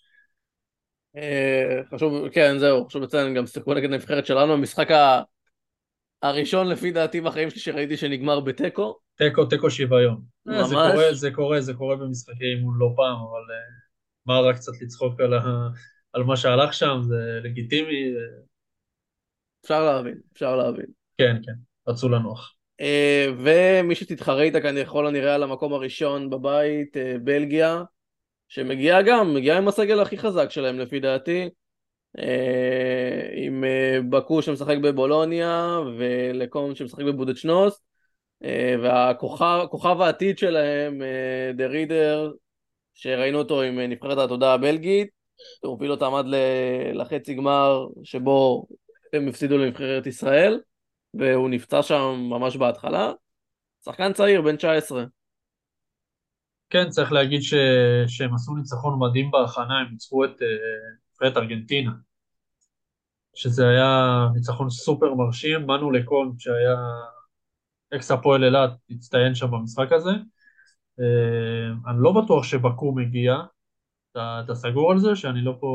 אה, חשוב, כן, זהו, חשוב לציין, גם שיחקו נגד הנבחרת שלנו, המשחק ה- הראשון לפי דעתי בחיים שלי שראיתי שנגמר בתיקו, תיקו, תיקו שוויון. אה, זה קורה, ממש, זה קורה, זה קורה במשחקי אימון לא פעם, אבל אה, מה רק קצת לצחוק על, ה... על מה שהלך שם, זה לגיטימי, אה, אפשר להבין, אפשר להבין. כן, כן, רצו לנוח. אה, ומי שתתחרה איתה כאן יכול הנראה על המקום הראשון בבית, אה, בלגיה, שמגיעה גם, מגיעה עם הסגל הכי חזק שלהם לפי דעתי, אה, עם אה, בקו שמשחק בבולוניה, ולקום שמשחק בבודדשנוסט, אה, והכוכב העתיד שלהם, אה, דה רידר, שראינו אותו עם אה, נבחרת העתודה הבלגית, הוא הוביל אותם עד ל- לחצי גמר שבו הם הפסידו לנבחרת ישראל, והוא נפצע שם ממש בהתחלה. שחקן צעיר, בן תשע עשרה. כן, צריך להגיד ש... שהם עשו ניצחון מדהים בהכנה, הם ניצחו את אה, נבחרת ארגנטינה, שזה היה ניצחון סופר מרשים, מנו לקון שהיה אקס הפועל אילת, הצטיין שם במשחק הזה. אה, אני לא בטוח שבקו מגיע, אתה, אתה סגור על זה שאני לא פה...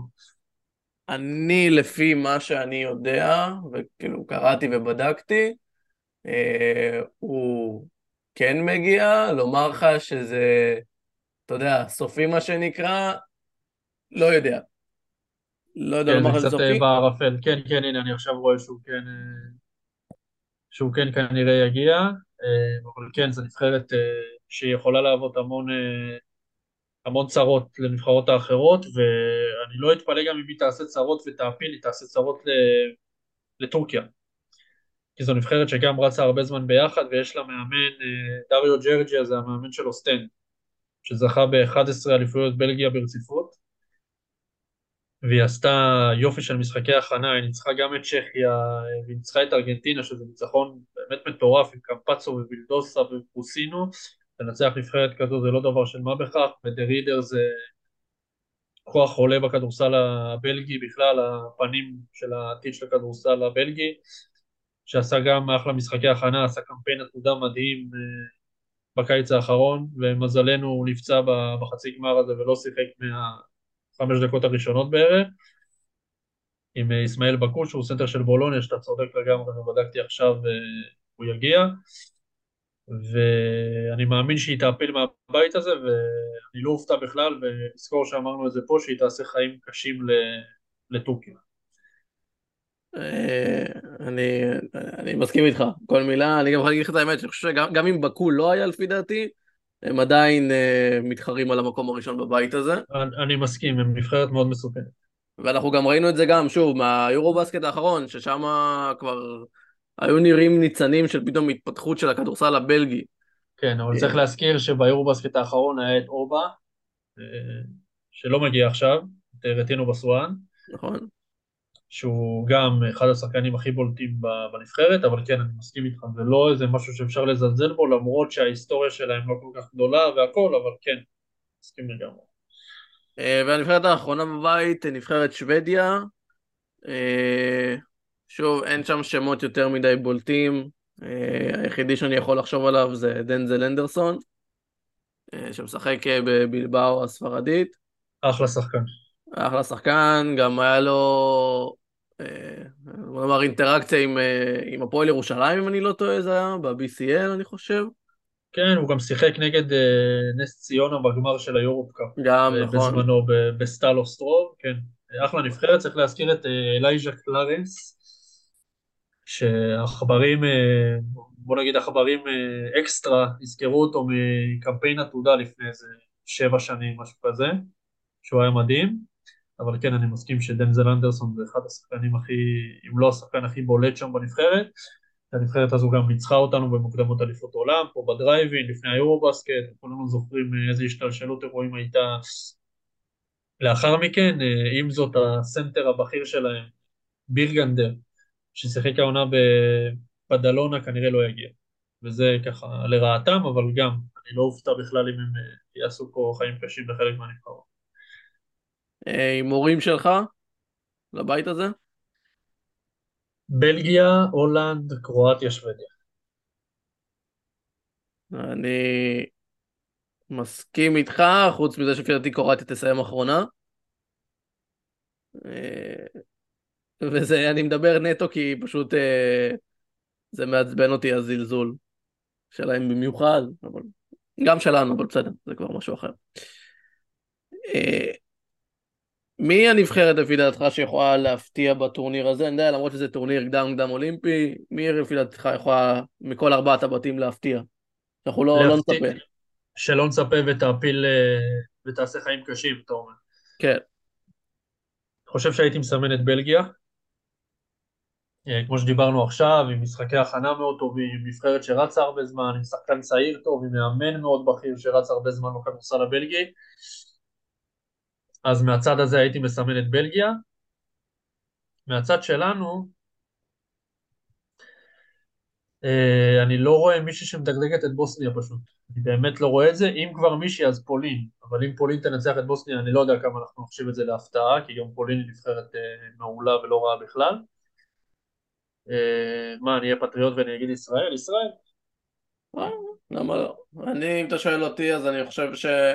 אני, לפי מה שאני יודע, וכאילו קראתי ובדקתי, אה, הוא כן מגיע, לומר לך שזה, אתה יודע, סופי מה שנקרא, לא יודע. לא יודע כן, לומר זה לך שזה קצת אה, סופי. בערפל. כן, כן, הנה, אני עכשיו רואה שהוא כן, אה, שהוא כן כנראה יגיע, אה, אבל כן, זו נבחרת אה, שיכולה להוות המון, אה, המון צרות לנבחרות האחרות, ואני לא אתפלא גם אם היא תעשה צרות ותעפיל, היא תעשה צרות ל- לטורקיה. כי זו נבחרת שגם רצה הרבה זמן ביחד, ויש לה מאמן, אה, דריו ג'רג'יה, זה המאמן של אוסטנד, שזכה ב-אחת עשרה אליפויות בלגיה ברציפות, והיא עשתה יופי של משחקי הכנה, היא ניצחה גם את צ'כיה, והיא ניצחה את ארגנטינה, שזה ניצחון באמת מטורף, עם קמפצו ווילדוסה ופרוסינו, לנצח נבחרת כזו זה לא דבר של מה בכך, ודה רידר זה כוח עולה בכדורסל הבלגי, בכלל הפנים של העתיד של הכדורסל הבלגי, שעשה גם אחלה משחקי הכנה, עשה קמפיין עתודה מדהים אה, בקיץ האחרון, ומזלנו הוא נפצע בחצי גמר הזה ולא שיחק מהחמש דקות הראשונות בערך, עם אה, אסמאעיל בקוש, שהוא סנטר של בולוניה, שאתה צודק לגמרי, ובדקתי עכשיו, אה, הוא יגיע, ואני מאמין שהיא תעפיל מהבית הזה, ואני לא אופתע בכלל, ונזכור שאמרנו את זה פה, שהיא תעשה חיים קשים ל- לטורקיה. אה, אני, אני מסכים איתך, כל מילה. אני גם יכול להגיד לך את האמת, שאני חושב שגם גם אם בקו לא היה לפי דעתי, הם עדיין אה, מתחרים על המקום הראשון בבית הזה. אני, אני מסכים, הם נבחרת מאוד מסוכנת. ואנחנו גם ראינו את זה גם, שוב, מהיורו בסקט האחרון, ששם כבר היו נראים ניצנים של פתאום התפתחות של הכדורסל הבלגי. כן, אבל צריך אה, להזכיר שביורובסקט האחרון היה את אובה, אה, שלא מגיע עכשיו, את רטינו בסואן, נכון? שהוא גם אחד השחקנים הכי בולטים ב- בנבחרת, אבל כן, אני מסכים איתך, זה לא איזה משהו שאפשר לזלזל בו, למרות שההיסטוריה שלהם לא כל כך גדולה והכל, אבל כן, מסכים לגמרי. אה, והנבחרת האחרונה בבית, נבחרת שוודיה. אה, שוב, אין שם שמות יותר מדי בולטים. אה, היחידי שאני יכול לחשוב עליו זה דנזל אנדרסון, אה, שמשחק אה, בבלבאו הספרדית. אחלה שחקן. אחלה שחקן, גם היה לו, אה, בוא נאמר, אינטראקציה עם, אה, עם הפועל ירושלים, אם אני לא טועה, זה היה ב-בי סי אל, אני חושב. כן, הוא גם שיחק נגד אה, נס ציונה בגמר של היורופ-קאפ, גם, ב- נכון. בזמנו ב- בסטל אוסטרוב, כן. אחלה נבחרת, צריך להזכיר את אה, אלייז'ה קלרנס, שעכברים, אה, בוא נגיד עכברים אה, אקסטרה, הזכרו אותו מקמפיין עתודה לפני איזה שבע שנים, משהו כזה, שהוא היה מדהים, אבל כן, אני מסכים שדנזל אנדרסון זה אחד השחקנים הכי, אם לא השחקן הכי בולט שם בנבחרת, הנבחרת הזו גם ניצחה אותנו במוקדמות אליפות עולם, פה בדרייבין, לפני היורובסקט, כולנו זוכרים איזה השתלשלות אירועים הייתה לאחר מכן. אה, עם זאת, הסנטר הבכיר שלהם, בירגנדר, ששיחק העונה בבדלונה, כנראה לא יגיע. וזה ככה לרעתם, אבל גם, אני לא אופתע בכלל אם הם אה, יעשו פה חיים קשים לחלק מהנבחרות. אה, הימורים שלך לבית הזה? בלגיה, הולנד, קרואטיה, שוודיה. אני מסכים איתך, חוץ מזה שלפי דעתי קרואטיה תסיים אחרונה. אה, וזה, אני מדבר נטו כי פשוט אה, זה מעצבן אותי הזלזול שלהם במיוחד, אבל גם שלנו, אבל בסדר, זה כבר משהו אחר. אה, מי הנבחרת לפי דעתך שיכולה להפתיע בטורניר הזה? אני יודע, למרות שזה טורניר קדם קדם אולימפי, מי לפי דעתך יכולה מכל ארבעת הבתים להפתיע? אנחנו לא, לא להפתיע, נצפה. שלא נצפה ותעפיל אה, ותעשה חיים קשים, אתה אומר. כן. חושב שהייתי מסמן את בלגיה, אה, כמו שדיברנו עכשיו, עם משחקי הכנה מאוד טובים, עם נבחרת שרצה הרבה זמן, עם שחקן צעיר טוב, עם מאמן מאוד בכיר שרץ הרבה זמן בכדורסל הבלגי. אז מהצד הזה הייתי מסמן את בלגיה. מהצד שלנו, אה, אני לא רואה מישהי שמדגדגת את בוסניה פשוט. אני באמת לא רואה את זה. אם כבר מישהי אז פולין, אבל אם פולין תנצח את בוסניה, אני לא יודע כמה אנחנו נחשיב את זה להפתעה, כי גם פולין היא נבחרת אה, מעולה ולא רעה בכלל. אה, מה, אני אהיה פטריוט ואני אגיד ישראל? ישראל. אה, למה לא? אני, אם אתה שואל אותי, אז אני חושב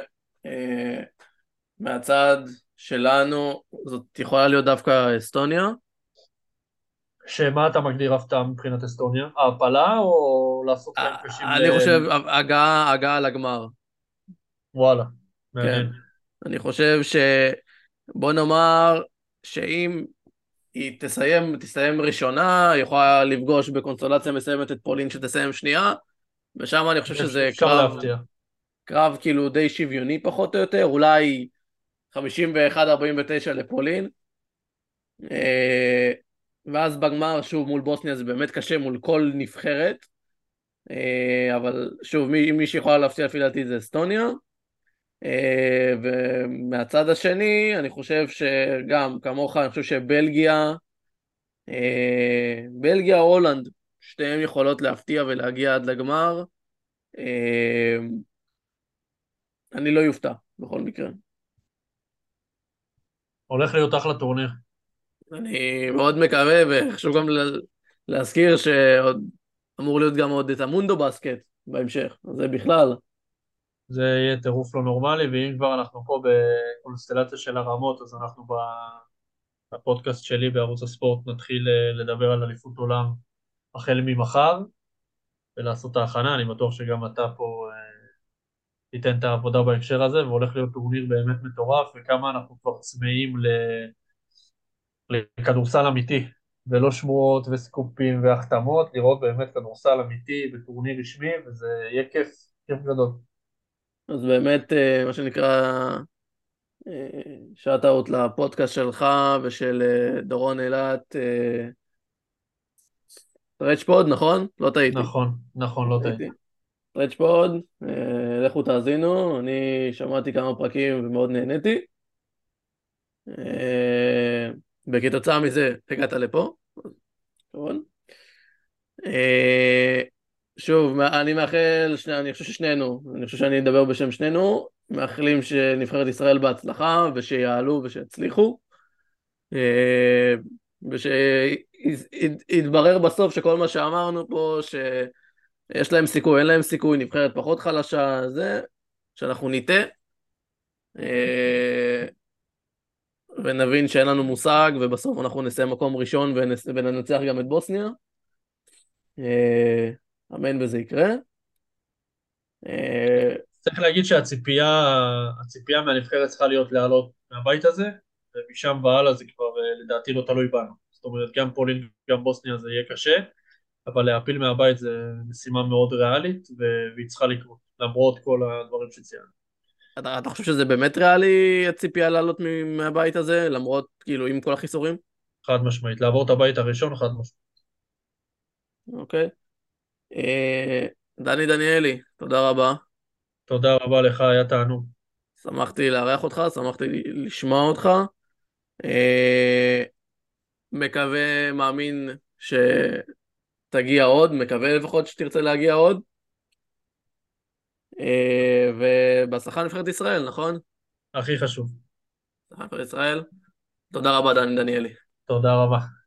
שמהצד שלנו זאת יכולה להיות דווקא אסטוניה. שמה אתה מגדיר הפתעה מבחינת אסטוניה? העפלה או לעשות חיים קשים אה, ל... אני חושב הגעה, הגעה לגמר. וואלה, כן. מעניין. אני חושב ש... בוא נאמר שאם היא תסיים, תסיים ראשונה, היא יכולה לפגוש בקונסולציה מסוימת את פולין שתסיים שנייה, ושם אני חושב אפ- שזה אפשר קרב, להפתיע. קרב כאילו די שוויוני פחות או יותר, אולי חמישים ואחת ארבעים ותשע לפולין, אה, ואז בגמר שוב מול בוסניה זה באמת קשה מול כל נבחרת, אה, אבל שוב מי, מי שיכולה להפתיע לפי דעתי זה אסטוניה, אה, ומהצד השני אני חושב שגם כמוך אני חושב שבלגיה, אה, בלגיה או הולנד, שתיהן יכולות להפתיע ולהגיע עד לגמר. אה, אני לא יופתע בכל מקרה. הולך להיות אחלה טורניר. אני מאוד מקווה, וחשוב גם ל- להזכיר שעוד אמור להיות גם עוד את המונדו בסקט בהמשך, אז זה בכלל. זה יהיה טירוף לא נורמלי, ואם כבר אנחנו פה בקונסטלציה של הרמות, אז אנחנו בפודקאסט שלי בערוץ הספורט נתחיל אה, לדבר על אליפות עולם החל ממחר, ולעשות את ההכנה. אני בטוח שגם אתה פה אה, תיתן את העבודה בהקשר הזה, והולך להיות טורניר באמת מטורף, וכמה אנחנו כבר צמאים ל... לכדורסל אמיתי, ולא שמועות וסקופים והחתמות, לראות באמת כדורסל אמיתי בטורניר רשמי, וזה יהיה כיף, כיף גדול. אז באמת, אה, מה שנקרא, שאט אאוט לפודקאסט שלך ושל אה, דורון אילת, טרצ'פוד, נכון? לא טעיתי. נכון, נכון, לא לא טעית. טעיתי. טרצ'פוד, אה, לכו תאזינו, אני שמעתי כמה פרקים ומאוד נהניתי. אה, וכתוצאה מזה הגעת לפה, נכון? אה, שוב, אני מאחל, שני, אני חושב ששנינו, אני חושב שאני אדבר בשם שנינו, מאחלים שנבחרת ישראל בהצלחה ושיעלו ושיצליחו, אה, ושיתברר בסוף שכל מה שאמרנו פה, שיש להם סיכוי, אין להם סיכוי, נבחרת פחות חלשה, זה, שאנחנו ניטה, אה, ונבין שאין לנו מושג, ובסוף אנחנו נסיים מקום ראשון וננצח גם את בוסניה. אה, אמן וזה יקרה. אה, צריך להגיד שהציפייה, הציפייה מהנבחרת צריכה להיות לעלות מהבית הזה, ומשם והלאה זה כבר אה, לדעתי לא תלוי בנו. זאת אומרת, גם פולין, גם בוסניה זה יהיה קשה, אבל להפיל מהבית זה משימה מאוד ריאלית, ו- והיא צריכה לקרות, למרות כל הדברים שציינו. אתה, אתה חושב שזה באמת ריאלי הציפייה לעלות מ- מהבית הזה, למרות, כאילו, עם כל החיסורים? חד משמעית, לעבור את הבית הראשון, חד משמעית. אוקיי. אה, דני דניאלי, תודה רבה. תודה רבה לך, היה תענוג. שמחתי לארח אותך, שמחתי לשמוע אותך. אה, מקווה, מאמין שתגיע עוד, מקווה לפחות שתרצה להגיע עוד. אה, ובהצלחה נבחרת ישראל, נכון? הכי חשוב. בהצלחה נבחרת ישראל. תודה רבה, דני דניאלי. תודה רבה.